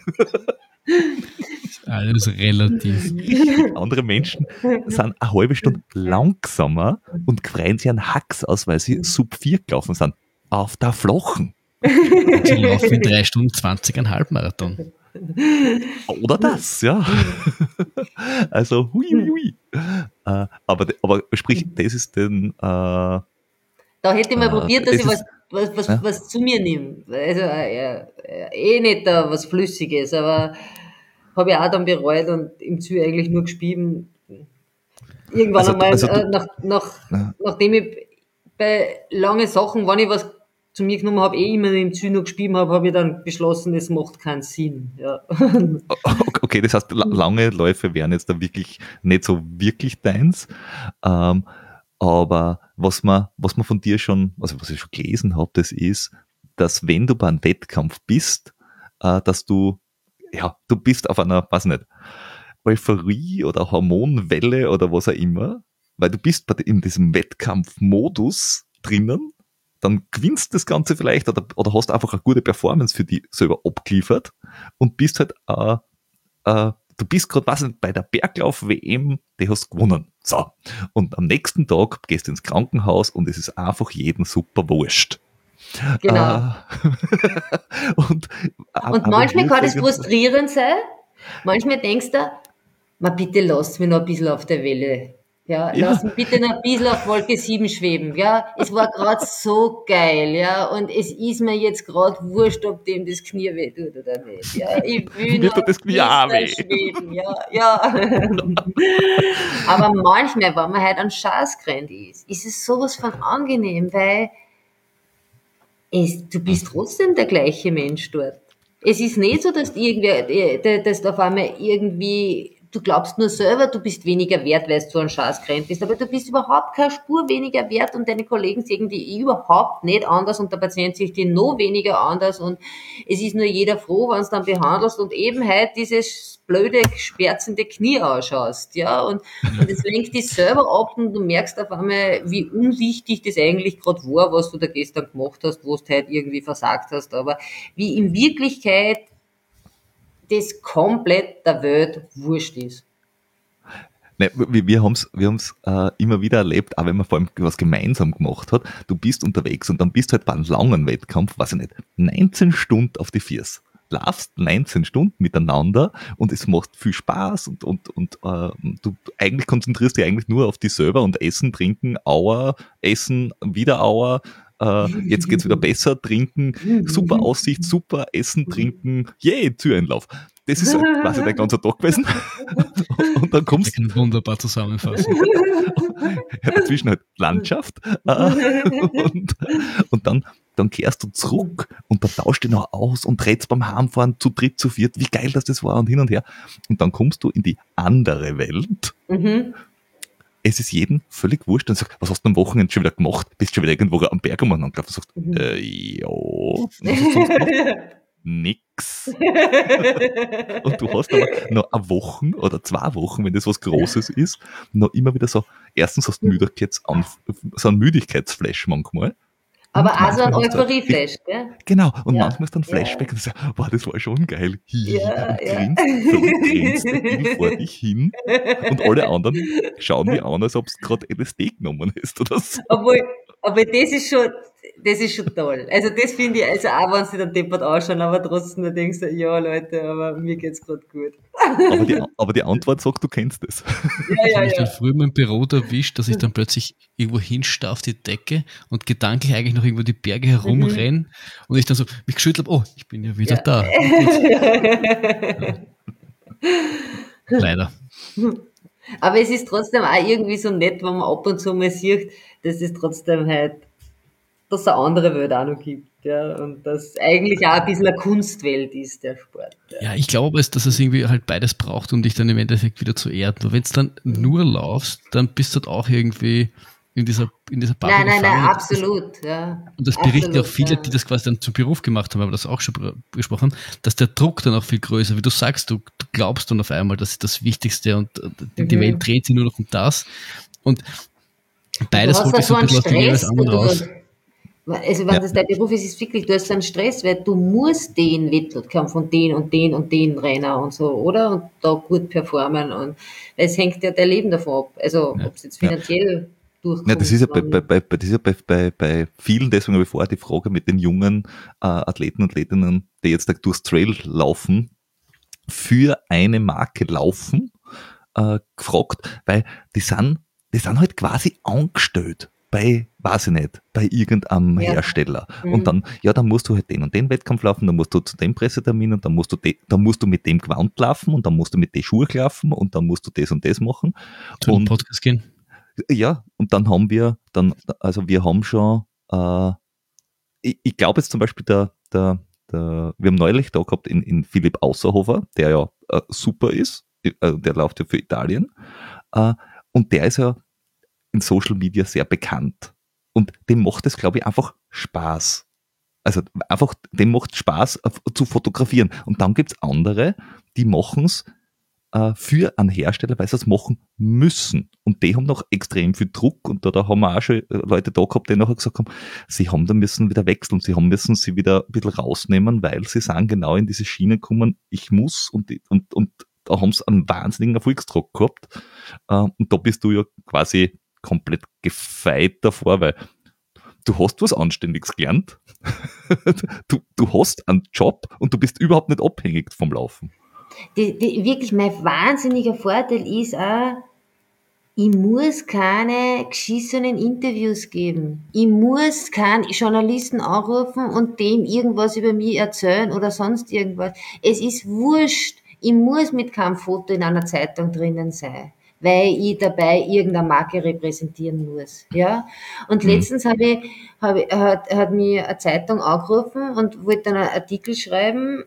Alles relativ. Andere Menschen sind eine halbe Stunde langsamer und freuen sich einen Hacks aus, weil sie sub 4 gelaufen sind. Auf der Flachen. Und sie laufen in 3 Stunden 20 einen Halbmarathon. Oder das, ja. Also, hui. Aber sprich, das ist den. Da hätte ich mal probiert, dass ich das was zu mir nehme. Also nicht da was Flüssiges, aber habe ich auch dann bereut und im Ziel eigentlich nur gespieben. Irgendwann nachdem ich bei langen Sachen, wenn ich was zu mir genommen habe, immer im Ziel noch gespieben habe ich dann beschlossen, es macht keinen Sinn. Ja. Okay, das heißt, lange Läufe wären jetzt da wirklich nicht so wirklich deins. Aber was man von dir schon, also was ich schon gelesen habe, das ist, dass wenn du bei einem Wettkampf bist, dass du bist auf einer, weiß nicht, Euphorie oder Hormonwelle oder was auch immer, weil du bist in diesem Wettkampfmodus drinnen, dann gewinnst das Ganze vielleicht oder hast einfach eine gute Performance für dich selber abgeliefert und bist halt, du bist gerade, weiß nicht, bei der Berglauf-WM, die hast gewonnen. So. Und am nächsten Tag gehst du ins Krankenhaus und es ist einfach jedem super wurscht. Genau. Und manchmal kann das frustrierend sein. Manchmal denkst du, bitte lasst mich noch ein bisschen auf der Welle. Ja, lass mich bitte noch ein bisschen auf Wolke 7 schweben, ja. Es war gerade so geil, ja, und es ist mir jetzt gerade wurscht, ob dem das Knie weh tut oder nicht, ja. Ich will noch das Knie auch weh. Schweben, ja. Aber manchmal, wenn man halt an Scheißgrenz ist es sowas von angenehm, weil du bist trotzdem der gleiche Mensch dort. Es ist nicht so, dass dass auf einmal irgendwie, du glaubst nur selber, du bist weniger wert, weil du so ein Scheißkränk bist, aber du bist überhaupt keine Spur weniger wert und deine Kollegen sehen die überhaupt nicht anders und der Patient sieht die noch weniger anders und es ist nur jeder froh, wenn du dann behandelst und eben halt dieses blöde, schmerzende Knie ausschaust, ja, und das lenkt dich selber ab und du merkst auf einmal, wie unwichtig das eigentlich gerade war, was du da gestern gemacht hast, wo du halt irgendwie versagt hast, aber wie in Wirklichkeit das komplett der Welt wurscht ist. Ne, wir haben's immer wieder erlebt, auch wenn man vor allem was gemeinsam gemacht hat. Du bist unterwegs und dann bist du halt bei einem langen Wettkampf, weiß ich nicht, 19 Stunden auf die Viers. Laufst 19 Stunden miteinander und es macht viel Spaß und du eigentlich konzentrierst dich eigentlich nur auf dich selber und Essen, Trinken, Auer, Essen, wieder Auer, jetzt geht's wieder besser, trinken, super Aussicht, super Essen, trinken, Züreinlauf. Das ist halt quasi dein ganzer Tag gewesen. Und dann kommst Ich kann wunderbar zusammenfassen. dazwischen halt Landschaft und dann kehrst du zurück und da tauscht du noch aus und redst beim Heimfahren zu dritt, zu viert, wie geil das war und hin und her. Und dann kommst du in die andere Welt. Es ist jedem völlig wurscht und sagt, was hast du am Wochenende schon wieder gemacht? Bist schon wieder irgendwo am Berg umeinander gelaufen und sagst, ja, was hast du sonst gemacht? Nix. Und du hast aber noch eine Woche oder 2 Wochen, wenn das was Großes ist, noch immer wieder so, erstens hast du so einen Müdigkeitsflash manchmal. Aber Und auch so ein manchmal hast du Euphorie-Flash, gell? Genau, und Ja. manchmal ist dann Flashback und du sagst, wow, das war schon geil. Ja, Und ja. grinst debil vor dich hin und alle anderen schauen dich an, als ob du gerade LSD genommen hast oder so. Aber das ist schon toll. Also das finde ich, also auch wenn sie dann deppert ausschauen, aber trotzdem, da denkst du, ja Leute, aber mir geht's gerade gut. Aber die Antwort sagt, du kennst es. Ich habe mich dann früher im Büro erwischt, dass ich dann plötzlich irgendwo hinstarr auf die Decke und gedanklich eigentlich noch irgendwo die Berge herumrenne und ich dann so mich geschüttelt habe, oh, ich bin ja wieder da. Ja. Leider. Aber es ist trotzdem auch irgendwie so nett, wenn man ab und zu mal sieht, dass es trotzdem halt, dass es eine andere Welt auch noch gibt, ja, und dass eigentlich auch ein bisschen eine Kunstwelt ist, der Sport. Ja, ich glaube, dass es irgendwie halt beides braucht, um dich dann im Endeffekt wieder zu erden. Wenn du dann nur laufst, dann bist du halt auch irgendwie in dieser Bubble Nein, gefangen. absolut, ja. Und das berichten ja auch Absolut, viele, ja. die das quasi dann zum Beruf gemacht haben, aber das auch schon besprochen haben, dass der Druck dann auch viel größer, wie du sagst, du glaubst dann auf einmal, das ist das Wichtigste und die Welt dreht sich nur noch um das. Und beides Du holt dich hast so da ein so bisschen aus einen dem jeweils Stress anderen raus. dadurch. Also wenn das dein Beruf ist, ist wirklich, du hast so einen Stress, weil du musst den Wettkampf und den und den und den Renner und so, oder? Und da gut performen und es hängt ja dein Leben davon ab. Also ob es jetzt finanziell durchkommt. Ja, das ist ja bei vielen, deswegen habe ich vorher die Frage mit den jungen Athleten und Athletinnen, die jetzt durchs Trail laufen, für eine Marke laufen, gefragt, weil die sind halt quasi angestellt bei, weiß ich nicht, bei irgendeinem Hersteller. Und dann musst du halt den und den Wettkampf laufen, dann musst du zu dem Pressetermin und dann musst du mit dem Gewand laufen und dann musst du mit den Schuhen laufen und dann musst du das und das machen. Zu dem Podcast gehen. Ja, und dann haben wir haben schon, ich glaube jetzt zum Beispiel wir haben neulich da gehabt in Philipp Außerhofer, der ja super ist, der läuft ja für Italien, und der ist ja in Social Media sehr bekannt. Und dem macht es, glaube ich, einfach Spaß. Also einfach, dem macht Spaß zu fotografieren. Und dann gibt's andere, die machen's für einen Hersteller, weil sie es machen müssen. Und die haben noch extrem viel Druck. Und da haben wir auch schon Leute da gehabt, die nachher gesagt haben, sie haben da müssen wieder wechseln. Sie haben müssen sie wieder ein bisschen rausnehmen, weil sie sagen, genau in diese Schiene kommen, ich muss. Und da haben sie einen wahnsinnigen Erfolgsdruck gehabt. Und da bist du ja quasi komplett gefeit davor, weil du hast was Anständiges gelernt. Du hast einen Job und du bist überhaupt nicht abhängig vom Laufen. Wirklich mein wahnsinniger Vorteil ist auch, ich muss keine geschissenen Interviews geben. Ich muss keinen Journalisten anrufen und dem irgendwas über mich erzählen oder sonst irgendwas. Es ist wurscht. Ich muss mit keinem Foto in einer Zeitung drinnen sein, weil ich dabei irgendeine Marke repräsentieren muss. Ja? Und letztens hat mir eine Zeitung angerufen und wollte dann einen Artikel schreiben.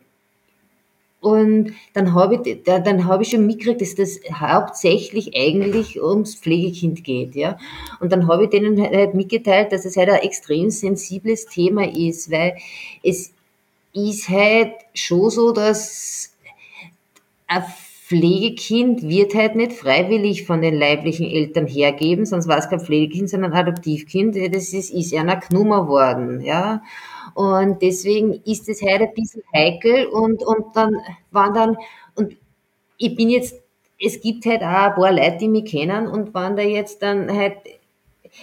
Und dann habe ich schon mitgekriegt, dass das hauptsächlich eigentlich ums Pflegekind geht, ja. Und dann habe ich denen halt mitgeteilt, dass es halt ein extrem sensibles Thema ist, weil es ist halt schon so, dass ein Pflegekind wird halt nicht freiwillig von den leiblichen Eltern hergeben, sonst war es kein Pflegekind, sondern ein Adoptivkind. Das ist einer genommen worden, ja. Und deswegen ist es halt ein bisschen heikel und dann waren dann, und ich bin jetzt, es gibt halt auch ein paar Leute, die mich kennen und wenn da jetzt dann halt,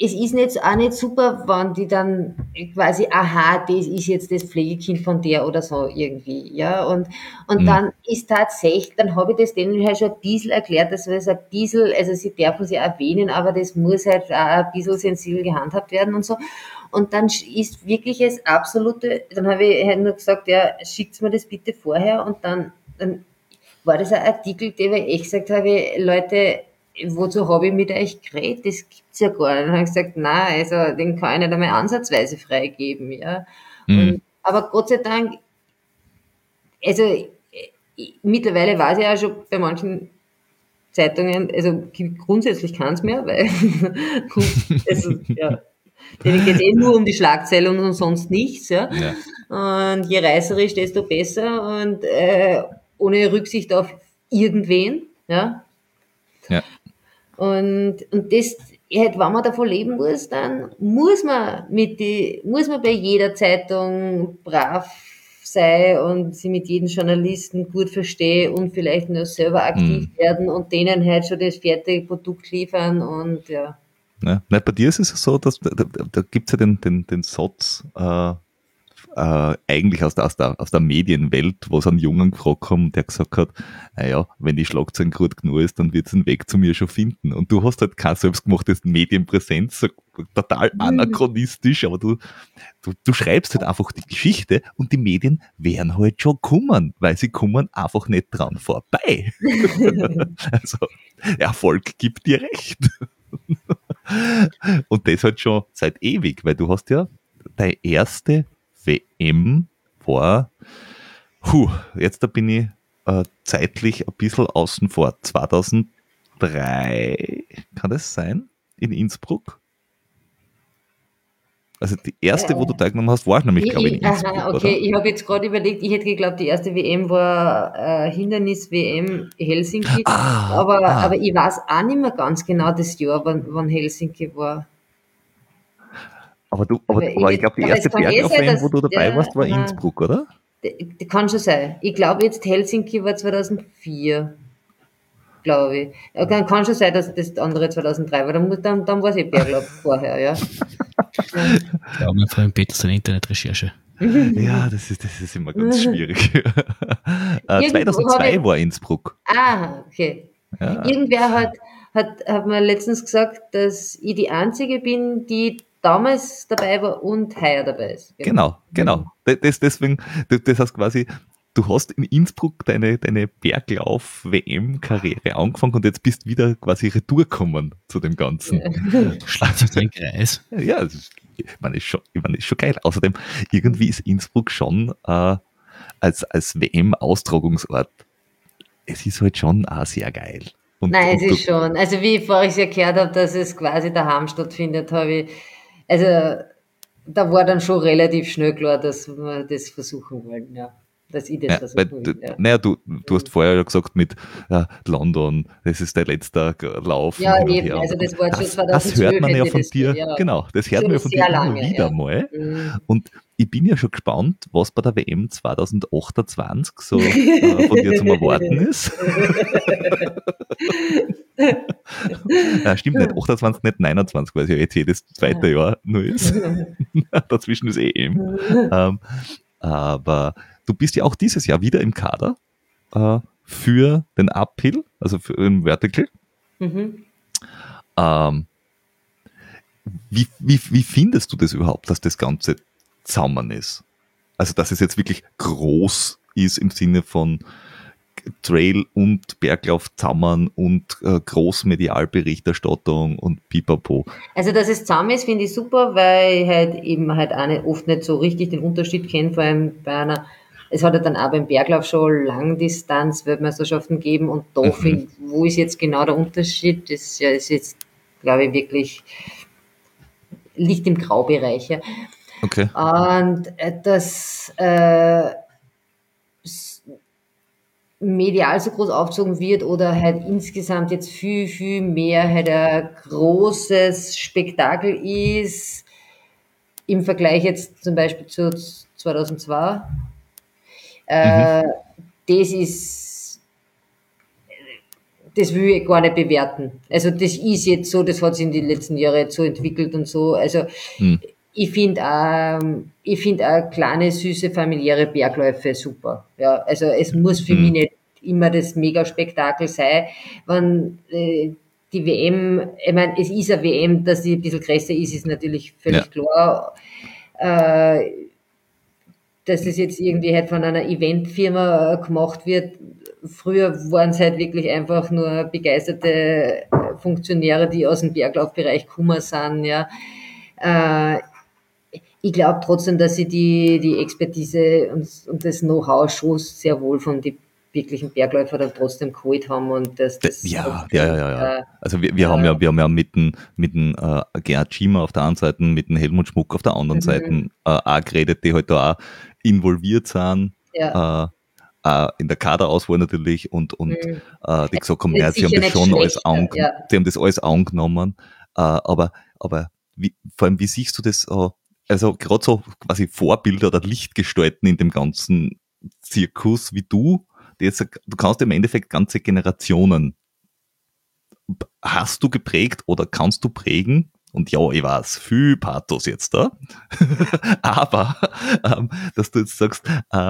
es ist nicht, auch nicht super, wenn die dann quasi, aha, das ist jetzt das Pflegekind von der oder so irgendwie, ja, und dann ist tatsächlich, dann habe ich das denen halt schon ein bisschen erklärt, dass es ein bisschen, also sie dürfen sie erwähnen, aber das muss halt auch ein bisschen sensibel gehandhabt werden und so. Und dann ist wirklich das absolute, dann habe ich halt nur gesagt, ja, schickt mir das bitte vorher und dann war das ein Artikel, den ich echt gesagt habe, Leute, wozu habe ich mit euch geredet? Das gibt's ja gar nicht. Dann habe ich gesagt, nein, also den kann ich nicht einmal ansatzweise freigeben, ja. Und, aber Gott sei Dank, also mittlerweile weiß ich auch schon bei manchen Zeitungen, also grundsätzlich kann es mehr, weil also, ja, denen geht es eh nur um die Schlagzeilen und sonst nichts, ja. Und je reißerisch, desto besser und ohne Rücksicht auf irgendwen, ja. Ja. Und das, halt, wenn man davon leben muss, dann muss man bei jeder Zeitung brav sein und sie mit jedem Journalisten gut verstehen und vielleicht nur selber aktiv werden und denen halt schon das fertige Produkt liefern und ja. Ja. Na, bei dir ist es so, dass da gibt es ja den Satz, eigentlich aus der Medienwelt, wo es einen Jungen gefragt haben, der gesagt hat, naja, wenn die Schlagzeilen gut genug ist, dann wird es einen Weg zu mir schon finden. Und du hast halt keine selbstgemachte Medienpräsenz, so total anachronistisch, aber du schreibst halt einfach die Geschichte und die Medien werden halt schon kommen, weil sie kommen einfach nicht dran vorbei. Also, Erfolg gibt dir recht. Und das halt schon seit ewig, weil du hast ja deine erste WM war, jetzt da bin ich zeitlich ein bisschen außen vor, 2003, kann das sein, in Innsbruck? Also die erste, wo du teilgenommen hast, war nämlich, glaube ich, in Innsbruck, aha, okay, oder? ich habe jetzt gerade überlegt, ich hätte geglaubt, die erste WM war Hindernis-WM Helsinki, aber ich weiß auch nicht mehr ganz genau das Jahr, wann Helsinki war. Aber ich glaube, die Aber erste es kann eh sein, Berglauf-WM, wo dass, du dabei ja, warst, war Innsbruck, oder? kann schon sein. Ich glaube jetzt Helsinki war 2004, glaube ich. Ja, kann schon sein, dass das andere 2003 war. Dann war es eh Berglauf vorher, ja. Ich glaube, mein Freund Peter seine Internetrecherche. Ja, das ist immer ganz schwierig. Irgendwo 2002 war Innsbruck. okay. Ja. Irgendwer hat mir letztens gesagt, dass ich die Einzige bin, die damals dabei war und heuer dabei ist. Genau. Deswegen, das heißt quasi, du hast in Innsbruck deine Berglauf-WM-Karriere angefangen und jetzt bist wieder quasi retour gekommen zu dem Ganzen. Schlagt sich den Kreis. Ja, ist schon geil. Außerdem, irgendwie ist Innsbruck schon als WM-Austragungsort, es ist halt schon auch sehr geil. Nein, es ist schon. Also wie ich voriges Jahr gehört habe, dass es quasi daheim stattfindet, also da war dann schon relativ schnell klar, dass wir das versuchen wollen, ja. Dass ich das versuchen will. Ja. Naja, du hast vorher ja gesagt mit London, das ist dein letzter Lauf. Ja, eben, also das war schon 2012. Das hört man ja von das dir, ja. genau, das hört man ja von dir immer wieder mal. Und ich bin ja schon gespannt, was bei der WM 2028 so von dir zum Erwarten ist. Stimmt nicht, 28, nicht 29, weil es ja jetzt jedes zweite Jahr nur ist. Dazwischen ist EM. Aber du bist ja auch dieses Jahr wieder im Kader für den Uphill, also für den Vertical. Wie findest du das überhaupt, dass das Ganze zusammen ist? Also, dass es jetzt wirklich groß ist im Sinne von Trail und Berglauf zusammen und Großmedialberichterstattung und pipapo. Also, dass es zusammen ist, finde ich super, weil ich halt eben halt auch oft nicht so richtig den Unterschied kenne, vor allem bei einer, es hat ja dann auch beim Berglauf schon Langdistanz-Weltmeisterschaften gegeben und da wo ist jetzt genau der Unterschied? Das ist jetzt, glaube ich, wirklich, liegt im Graubereich, ja. Okay. Und das medial so groß aufgezogen wird oder halt insgesamt jetzt viel, viel mehr halt ein großes Spektakel ist im Vergleich jetzt zum Beispiel zu 2002. Das ist das will ich gar nicht bewerten. Also das ist jetzt so, das hat sich in den letzten Jahren jetzt so entwickelt und so. Also ich finde auch kleine, süße, familiäre Bergläufe super. Ja, also es muss für mich nicht immer das Mega-Spektakel sein, wenn die WM, ich meine, es ist eine WM, dass die ein bisschen größer ist natürlich völlig klar. Dass das jetzt irgendwie halt von einer Eventfirma gemacht wird. Früher waren es halt wirklich einfach nur begeisterte Funktionäre, die aus dem Berglaufbereich gekommen sind, ja. Ich glaube trotzdem, dass sie die Expertise und das Know-how schon sehr wohl von den wirklichen Bergläufer dann trotzdem geholt haben und dass das Ja. Also wir haben ja mit dem Gerhard Schiemer auf der einen Seite, mit dem Helmut Schmuck auf der anderen Seite auch geredet, die halt da auch involviert sind, in der Kaderauswahl natürlich und die gesagt haben, ja, sie haben das schon alles die haben das alles angenommen, aber vor allem, wie siehst du das, also gerade so quasi Vorbilder oder Lichtgestalten in dem ganzen Zirkus wie du kannst im Endeffekt ganze Generationen hast du geprägt oder kannst du prägen? Und ja, ich weiß, viel Pathos jetzt da. Aber, dass du jetzt sagst,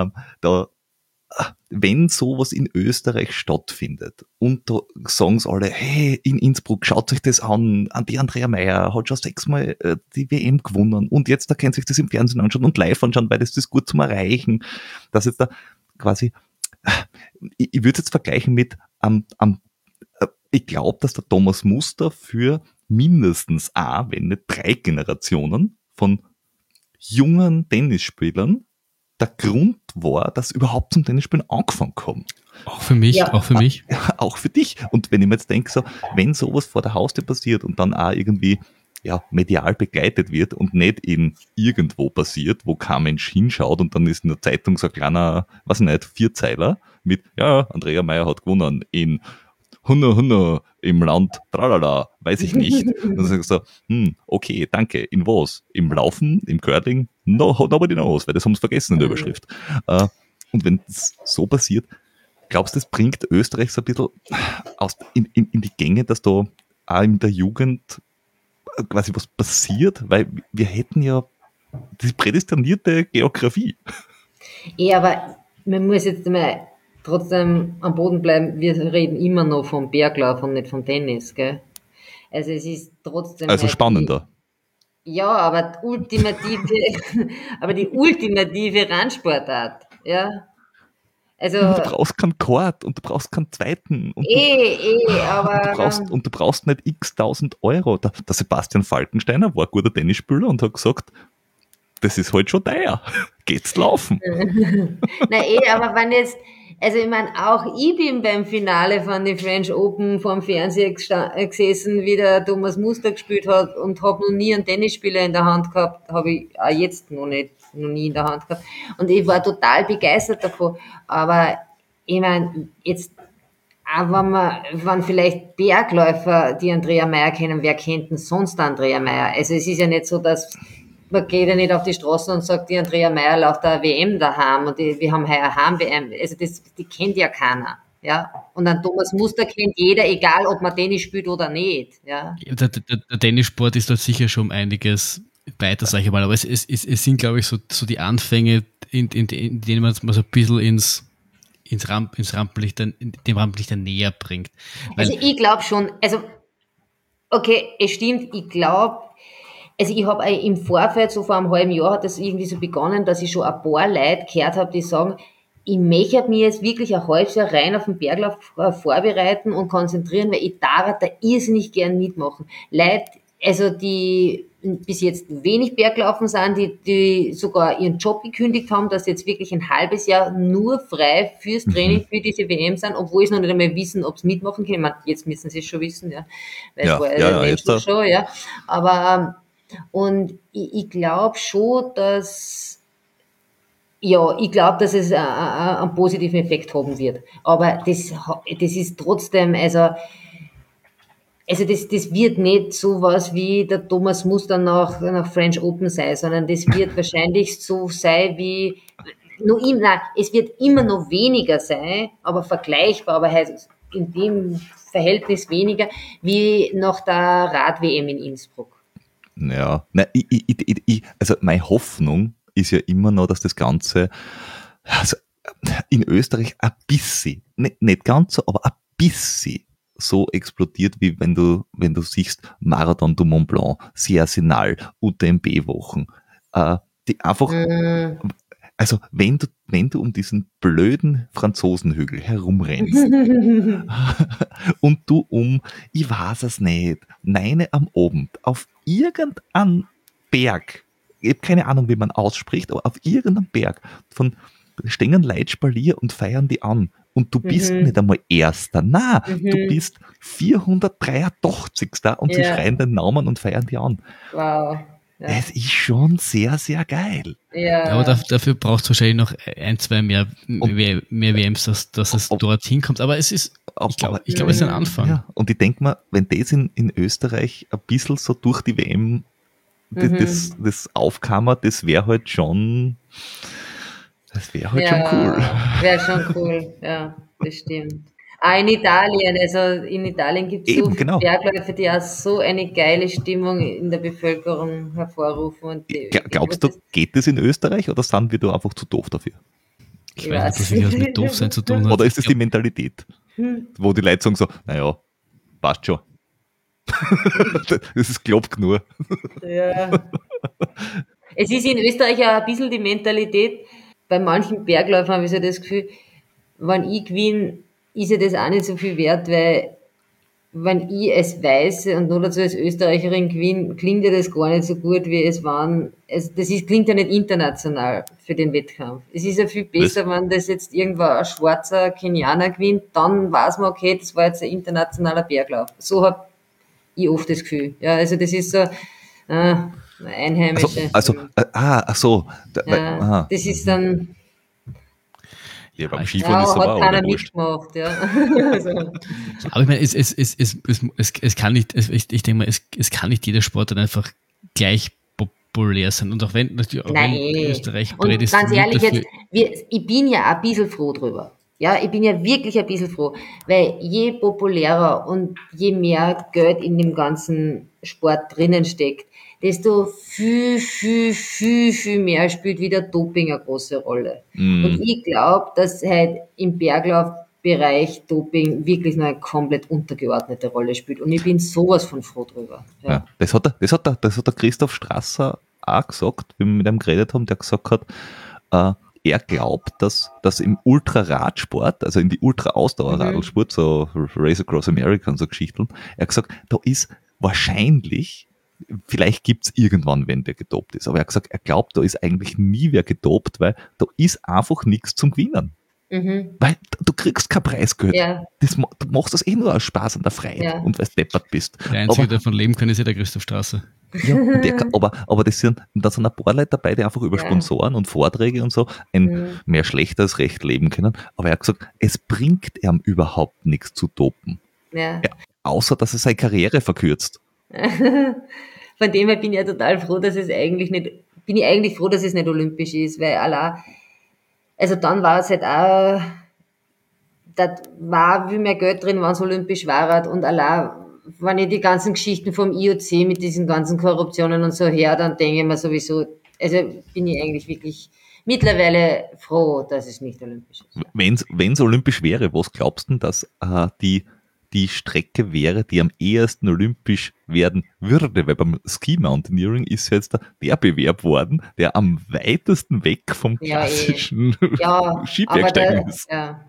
wenn sowas in Österreich stattfindet und da sagen sie alle, hey, in Innsbruck, schaut euch das an die Andrea Meier hat schon 6-mal die WM gewonnen und jetzt da könnt ihr sich das im Fernsehen anschauen und live anschauen, weil das ist gut zum Erreichen, dass jetzt da quasi, ich würde jetzt vergleichen mit ich glaube, dass der Thomas Muster für mindestens wenn nicht 3 Generationen von jungen Tennisspielern der Grund war, dass überhaupt zum Tennisspielen angefangen haben. Auch für mich, auch für mich. Auch für dich. Und wenn ich mir jetzt denke, so, wenn sowas vor der Haustür passiert und dann auch irgendwie medial begleitet wird und nicht in irgendwo passiert, wo kein Mensch hinschaut und dann ist in der Zeitung so ein kleiner, was nicht, 4-Zeiler mit, Andrea Meier hat gewonnen in Hunna im Land, tralala, weiß ich nicht. Und dann sagst du so, okay, danke, in was? Im Laufen, im Curling? Nobody knows, weil das haben sie vergessen in der Überschrift. Und wenn das so passiert, glaubst du, das bringt Österreich so ein bisschen in die Gänge, dass da auch in der Jugend quasi was passiert? Weil wir hätten ja die prädestinierte Geografie. Ja, aber man muss jetzt mal trotzdem am Boden bleiben, wir reden immer noch vom Berglauf und nicht vom Tennis, gell? Also es ist trotzdem... Also halt spannender. Aber die ultimative Randsportart, ja. Also... Und du brauchst keinen Chord und du brauchst keinen zweiten. Und du brauchst nicht x 1000 Euro. Der Sebastian Falkensteiner war ein guter Tennisspieler und hat gesagt, das ist halt schon teuer. Geht's laufen? Aber wenn jetzt... Also ich meine, auch ich bin beim Finale von den French Open vorm Fernseher gesessen, wie der Thomas Muster gespielt hat und habe noch nie einen Tennisspieler in der Hand gehabt, habe ich auch jetzt noch nie in der Hand gehabt. Und ich war total begeistert davon. Aber ich meine, jetzt auch wenn vielleicht Bergläufer die Andrea Meier kennen, wer kennt denn sonst Andrea Meier? Also es ist ja nicht so, dass man geht ja nicht auf die Straße und sagt, die Andrea Meier läuft der WM daheim und wir haben heuer Heim-WM. Also die kennt ja keiner. Ja? Und an Thomas Muster kennt jeder, egal ob man Tennis spielt oder nicht. Ja? Der Tennissport ist dort sicher schon einiges weiter, sag ich mal. Aber es sind, glaube ich, so die Anfänge, in denen man es mal so ein bisschen dem Rampenlicht näher bringt. Also ich glaube schon, okay, es stimmt, ich glaube, ich habe im Vorfeld, so vor einem halben Jahr hat das irgendwie so begonnen, dass ich schon ein paar Leute gehört habe, die sagen, ich möchte mich jetzt wirklich ein halbes Jahr rein auf den Berglauf vorbereiten und konzentrieren, weil ich darf da irrsinnig gern mitmachen. Leute, die bis jetzt wenig Berglaufen sind, die sogar ihren Job gekündigt haben, dass sie jetzt wirklich ein halbes Jahr nur frei fürs Training für diese WM sind, obwohl sie noch nicht einmal wissen, ob sie mitmachen können. Ich meine, jetzt müssen sie es schon wissen, ja. Weil es war jetzt schon, ja. Aber und ich glaube schon, dass es einen positiven Effekt haben wird. Aber das ist trotzdem, das wird nicht so was wie der Thomas Muster nach French Open sein, sondern das wird wahrscheinlich so sein wie, es wird immer noch weniger sein, aber vergleichbar, aber heißt in dem Verhältnis weniger wie nach der Rad-WM in Innsbruck. Ja, nein, also meine Hoffnung ist ja immer noch, dass das Ganze also in Österreich ein bisschen, nicht ganz so, aber ein bisschen so explodiert, wie wenn du siehst Marathon du Mont Blanc, Arsenal, UTMB-Wochen, die einfach, also wenn du um diesen blöden Franzosenhügel herumrennst und du ich weiß es nicht, 9 am Abend auf irgendeinem Berg, ich habe keine Ahnung, wie man ausspricht, aber auf irgendeinem Berg von stehen Leute Spalier und feiern die an. Und du bist nicht einmal Erster. Nein, du bist 483. und sie schreien den Namen und feiern die an. Wow. Ja. Es ist schon sehr, sehr geil. Ja. Aber dafür braucht es wahrscheinlich noch 1, 2 mehr WMs, dass es dorthin kommt. Aber es ist, ich glaube, es ist ein Anfang. Ja, und ich denke mal, wenn das in Österreich ein bisschen so durch die WM das aufkam, das wäre halt schon... Das wäre halt schon cool. Wäre schon cool, ja, das stimmt. In Italien gibt es so viele Bergläufe, die auch so eine geile Stimmung in der Bevölkerung hervorrufen. Und glaubst du, geht das in Österreich oder sind wir da einfach zu doof dafür? Ich weiß nicht, dass ich was mit doof sein zu tun hat. Oder ist es die Mentalität, wo die Leute sagen so, naja, passt schon. Das ist glaubt nur. Ja. Es ist in Österreich auch ein bisschen die Mentalität. Bei manchen Bergläufern habe ich so das Gefühl, wenn ich gewinne, ist ja das auch nicht so viel wert, weil wenn ich als Weiße und nur dazu als Österreicherin gewinne, klingt ja das gar nicht so gut, wie es waren. Klingt ja nicht international für den Wettkampf. Es ist ja viel besser, wenn das jetzt irgendwo ein schwarzer Kenianer gewinnt, dann weiß man, okay, das war jetzt ein internationaler Berglauf. So habe ich oft das Gefühl. Ja, also das ist so, Einheimische. Das ist dann. Ja, beim Skifahren ist es aber auch keiner nicht mitgemacht, ja. Aber ich meine, es kann nicht, ich denke mal, es kann nicht jeder Sport dann einfach gleich populär sein. Und auch wenn natürlich Österreich und ist. Ganz ehrlich, ich bin ja ein bisschen froh drüber. Ja, ich bin ja wirklich ein bisschen froh, weil je populärer und je mehr Geld in dem ganzen Sport drinnen steckt, desto viel mehr spielt wieder Doping eine große Rolle. Und ich glaube, dass halt im Berglaufbereich Doping wirklich noch eine komplett untergeordnete Rolle spielt. Und ich bin sowas von froh drüber. Ja, das hat der Christoph Strasser auch gesagt, wie wir mit ihm geredet haben, der gesagt hat, er glaubt, dass im Ultraradsport, also in die Ultra-Ausdauer-Radlsport, so Race Across America und so Geschichten, er hat gesagt, da ist wahrscheinlich, vielleicht gibt's irgendwann, wenn der gedopt ist, aber er hat gesagt, er glaubt, da ist eigentlich nie wer gedopt, weil da ist einfach nichts zum Gewinnen. Weil du kriegst kein Preisgeld. Ja. Du machst das nur aus Spaß an der Freiheit und weil du deppert bist. Der Einzige, der davon leben kann, ist ja der Christoph Strasser. Ja, aber da sind ein paar Leute dabei, die einfach über Sponsoren und Vorträge und so mehr schlecht als recht leben können. Aber er hat gesagt, es bringt ihm überhaupt nichts zu dopen. Ja, außer, dass er seine Karriere verkürzt. Von dem her bin ich ja total froh, dass es eigentlich nicht olympisch ist, weil also dann war es halt auch, da war viel mehr Geld drin, wenn es olympisch war und allein, wenn ich die ganzen Geschichten vom IOC mit diesen ganzen Korruptionen und so her, dann denke ich mir sowieso, also bin ich eigentlich wirklich mittlerweile froh, dass es nicht olympisch ist. Wenn es olympisch wäre, was glaubst du, dass die Strecke wäre, die am ehesten olympisch werden würde? Weil beim Ski Mountaineering ist jetzt der Bewerb worden, der am weitesten weg vom klassischen Skibergsteigen ist.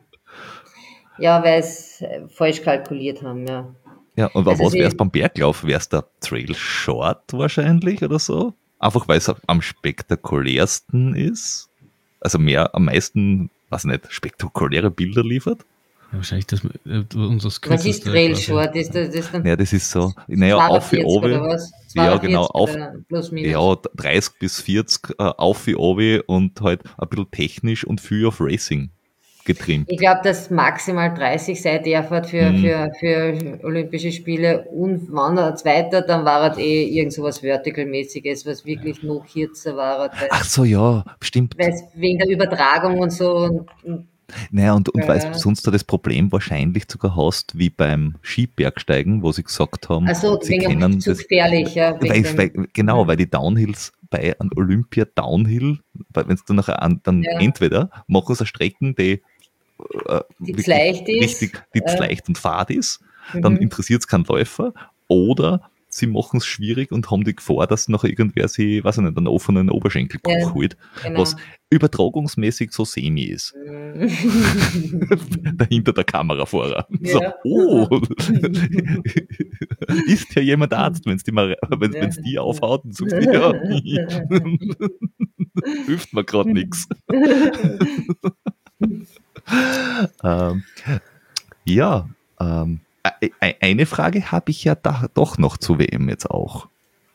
Ja, weil es falsch kalkuliert haben, ja. Ja, und also was wäre es beim Berglauf? Wäre es der Trail Short wahrscheinlich oder so? Einfach weil es am spektakulärsten ist? Also am meisten, weiß nicht, spektakuläre Bilder liefert? Ja, wahrscheinlich unser Was ist Trail Short? Ist das dann ja, das ist so, auf wie oben. Ja, genau, ja, 30 bis 40 auf wie oben und halt ein bisschen technisch und viel auf Racing getrimmt. Ich glaube, dass maximal 30 Seiten erfahrt für Olympische Spiele und wenn er Zweiter, dann war es irgend so was Vertical-mäßiges, was wirklich noch kürzer war. Ach so, ja, stimmt. Weil es wegen der Übertragung und so und Naja, und Ja. weißt du, sonst da das Problem wahrscheinlich sogar hast, wie beim Skibergsteigen, wo sie gesagt haben, Also sie wegen kennen zu das, gefährlich, ja. genau, weil die Downhills bei einem Olympia Downhill, wenn es dann nachher dann Ja. entweder machen sie Strecken, die Die wirklich leicht ist. richtig, die leicht und fad ist, Mhm. dann interessiert es keinen Läufer, oder sie machen es schwierig und haben die Gefahr, dass nachher irgendwer sie, weiß ich nicht, einen offenen Oberschenkelbruch Ja, holt, genau. was übertragungsmäßig so semi ist. Dahinter der Kamerafahrer. Ja. So, oh, ist ja jemand Arzt, wenn es die aufhaut und sagst, ja, hilft mir gerade nichts. Ja, eine Frage habe ich ja doch noch zu WM jetzt auch.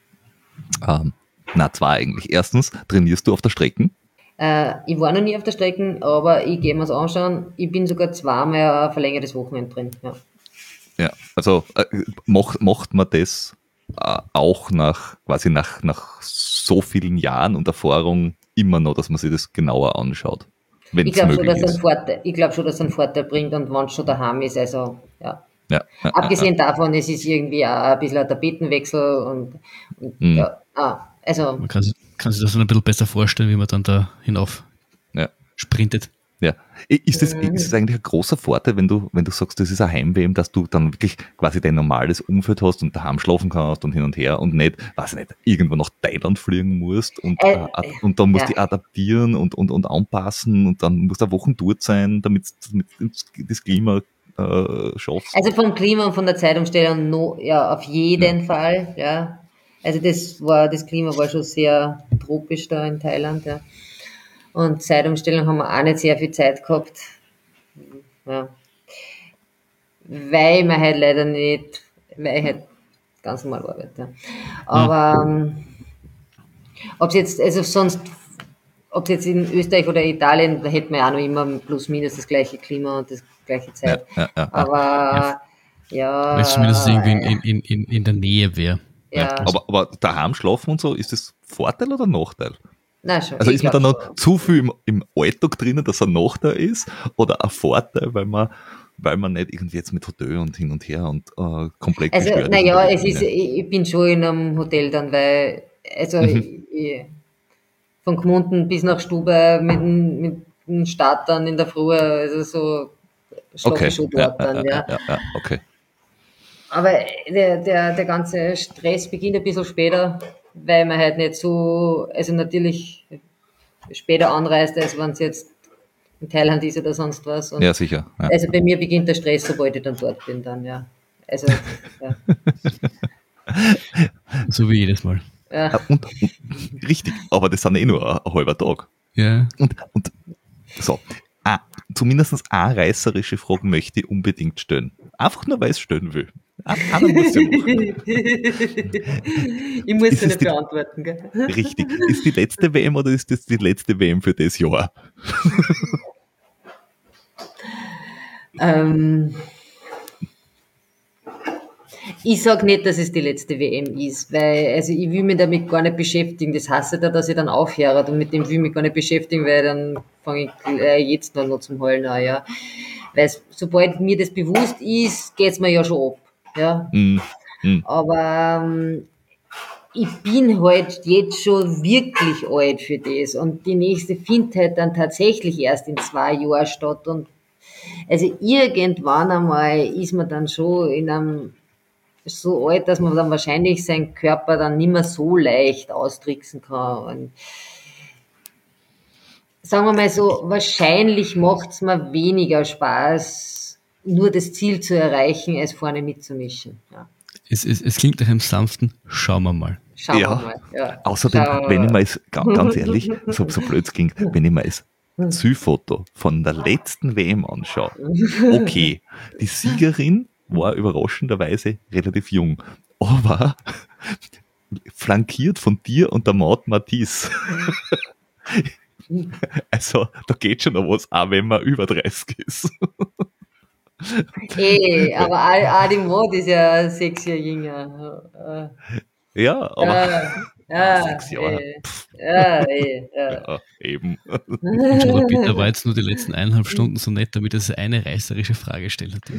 Zwei eigentlich. Erstens, trainierst du auf der Strecke? Ich war noch nie auf der Strecke, aber ich gehe mir es anschauen. Ich bin sogar zweimal ein verlängertes Wochenende drin. Ja. Ja, also macht man das auch nach so vielen Jahren und Erfahrung immer noch, dass man sich das genauer anschaut, wenn Ich es glaube schon, möglich dass ist. ich glaube schon, dass es einen Vorteil bringt und wenn es schon daheim ist, also ja. Ja, Abgesehen davon, es ist irgendwie auch ein bisschen ein Tapetenwechsel und ja, also Man kann sich das dann ein bisschen besser vorstellen, wie man dann da hinauf ja. sprintet. Ja. Ist es eigentlich ein großer Vorteil, wenn du sagst, das ist ein Heim-WM, dass du dann wirklich quasi dein normales Umfeld hast und daheim schlafen kannst und hin und her und nicht, weiß ich nicht, irgendwo nach Thailand fliegen musst und dann musst du dich adaptieren und anpassen und dann musst du eine Woche dort sein, damit das Klima schaffst. Also vom Klima und von der Zeitumstellung ja, auf jeden Fall, ja. Also das Klima war schon sehr tropisch da in Thailand, ja. Und Zeitumstellung haben wir auch nicht sehr viel Zeit gehabt. Ja. Weil man halt leider nicht, weil ich halt ganz normal arbeite. Ja. Aber ob es jetzt in Österreich oder Italien, da hätte man ja auch noch immer plus minus das gleiche Klima und das gleiche Zeit. Ja. Aber ja. Weil es zumindest irgendwie in der Nähe wäre. Ja. Aber daheim schlafen und so, ist das Vorteil oder Nachteil? Na schon. Also ist man dann noch zu viel im Alltag drinnen, dass er Nachteil ist, oder ein Vorteil, weil man nicht irgendwie jetzt mit Hotel und hin und her und komplett Also, gestört naja, ist. ich bin schon in einem Hotel dann, weil, also, von Gmunden bis nach Stube mit dem Start dann in der Früh, also so, schlafe ich schon dort dann, ja. Okay. Aber der ganze Stress beginnt ein bisschen später, weil man halt nicht so, also natürlich später anreist, als wenn es jetzt in Thailand ist oder sonst was. Und Ja, sicher. Ja. also bei mir beginnt der Stress, sobald ich dann dort bin, dann, ja. Also, ja. So wie jedes Mal. Ja. Und richtig, aber das sind nur ein halber Tag. Ja. Und so, zumindest eine reißerische Frage möchte ich unbedingt stellen. Einfach nur, weil ich es stellen will. Einer muss ja machen. Ich muss Ist sie es nicht die- beantworten, gell? Richtig. Ist die letzte WM oder ist das die letzte WM für das Jahr? Ich sag nicht, dass es die letzte WM ist, weil, also ich will mich damit gar nicht beschäftigen. Das heißt ja, dass ich dann aufhöre und mit dem will ich mich gar nicht beschäftigen, weil dann fange ich jetzt noch zum Heulen an, ja. Weil sobald mir das bewusst ist, geht's mir ja schon ab, ja. Aber ich bin halt jetzt schon wirklich alt für das und die nächste findet halt dann tatsächlich erst in 2 Jahren statt und also irgendwann einmal ist man dann schon in einem so alt, dass man dann wahrscheinlich seinen Körper dann nicht mehr so leicht austricksen kann. Und sagen wir mal so, wahrscheinlich macht es mir weniger Spaß, nur das Ziel zu erreichen, als vorne mitzumischen. Ja. Es klingt nach einem sanften, schauen wir mal. Schauen Ja. wir mal. Ja. Außerdem, wenn ich mir es, ganz ehrlich, so blöd es ging, wenn ich mir das Zielfoto von der letzten WM anschaue, okay, die Siegerin war überraschenderweise relativ jung, aber flankiert von dir und der Maud Matisse. Also, da geht schon noch was, auch wenn man über 30 ist. Aber Adi Mod ist ja 6 Jahre jünger. Ja, aber Ja, 6 Jahre. Ja. Ja, eben. Und schon der Peter war jetzt nur die letzten 1,5 Stunden so nett, damit er eine reißerische Frage stellen hat.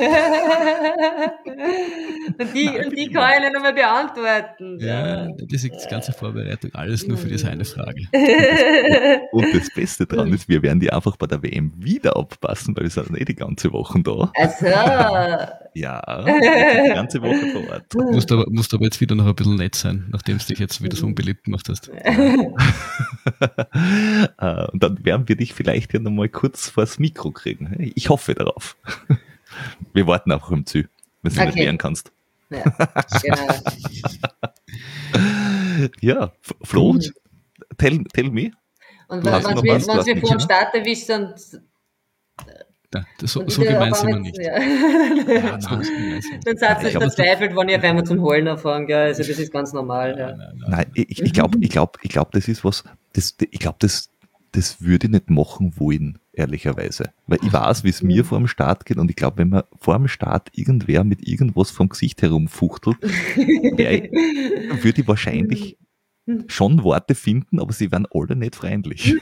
Und die kann ich nicht einmal beantworten. Ja, das ist die ganze Vorbereitung, alles nur für diese eine Frage. Und das Beste dran ist, wir werden die einfach bei der WM wieder abpassen, weil wir sind nicht die ganze Woche da. Also, Ja, die ganze Woche vor Ort. Musst aber jetzt wieder noch ein bisschen nett sein, nachdem du dich jetzt wieder so unbeliebt gemacht hast. Und dann werden wir dich vielleicht ja nochmal kurz vors Mikro kriegen. Ich hoffe darauf. Wir warten einfach im Ziel, wenn du nicht wehren kannst. ja, genau. Ja, Flo, tell me. Und Du hast noch was, du hast wir mich vor dem schon. Start erwischt sind, Ja, so und gemein wieder sind wir aber nicht. Ja. Ja, so gemein sind wir Dann seid ihr Ich glaub, verzweifelt, wenn ihr auf einmal zum Heulen anfangt. Ja, also das ist ganz normal. Ja. Nein, ich glaube, das ist was, das würde ich nicht machen wollen, ehrlicherweise. Weil ich weiß, wie es mir vor dem Start geht und ich glaube, wenn man vor dem Start irgendwer mit irgendwas vom Gesicht herumfuchtelt, würde ich wahrscheinlich schon Worte finden, aber sie wären alle nicht freundlich.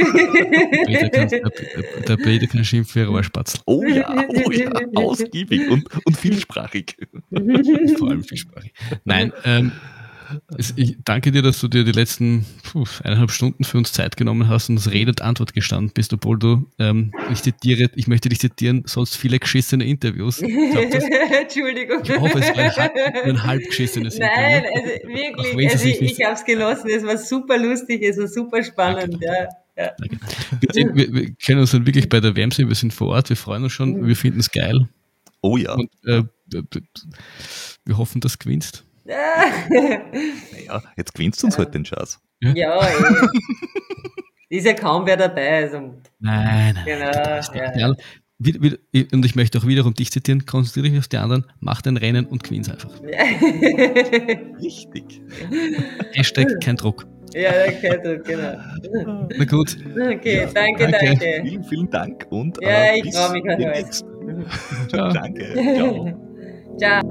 Der Peter kann schimpfen wie ein Rohrspatzel. Oh ja, ausgiebig und vielsprachig. Vor allem vielsprachig. Nein, ich danke dir, dass du dir die letzten 1,5 Stunden für uns Zeit genommen hast und das Rede und Antwort gestanden bist, obwohl du, ich möchte dich zitieren, sonst viele geschissene Interviews. Entschuldigung. Ich hoffe, es war ein halb geschissenes Nein, Interview. also Auch wenn wirklich, sie also sich nicht- ich habe es genossen, es war super lustig, es war super spannend. Ja. Danke. Wir können uns dann wirklich bei der WM sehen, wir sind vor Ort, wir freuen uns schon, wir finden es geil Oh ja, und wir hoffen, dass du gewinnst. naja, jetzt gewinnst du uns halt den Schatz. Ja, ist ja kaum wer dabei. Also, Nein. genau. Ja. Und ich möchte auch wiederum dich zitieren, konzentriere dich auf die anderen, mach dein Rennen und gewinn's einfach. Richtig. Hashtag kein Druck. Ja, okay, genau. Na gut. Okay, danke. Vielen, vielen Dank und Ja, ich bis freue mich auf demnächst. Ciao. Danke. Ciao. Ciao.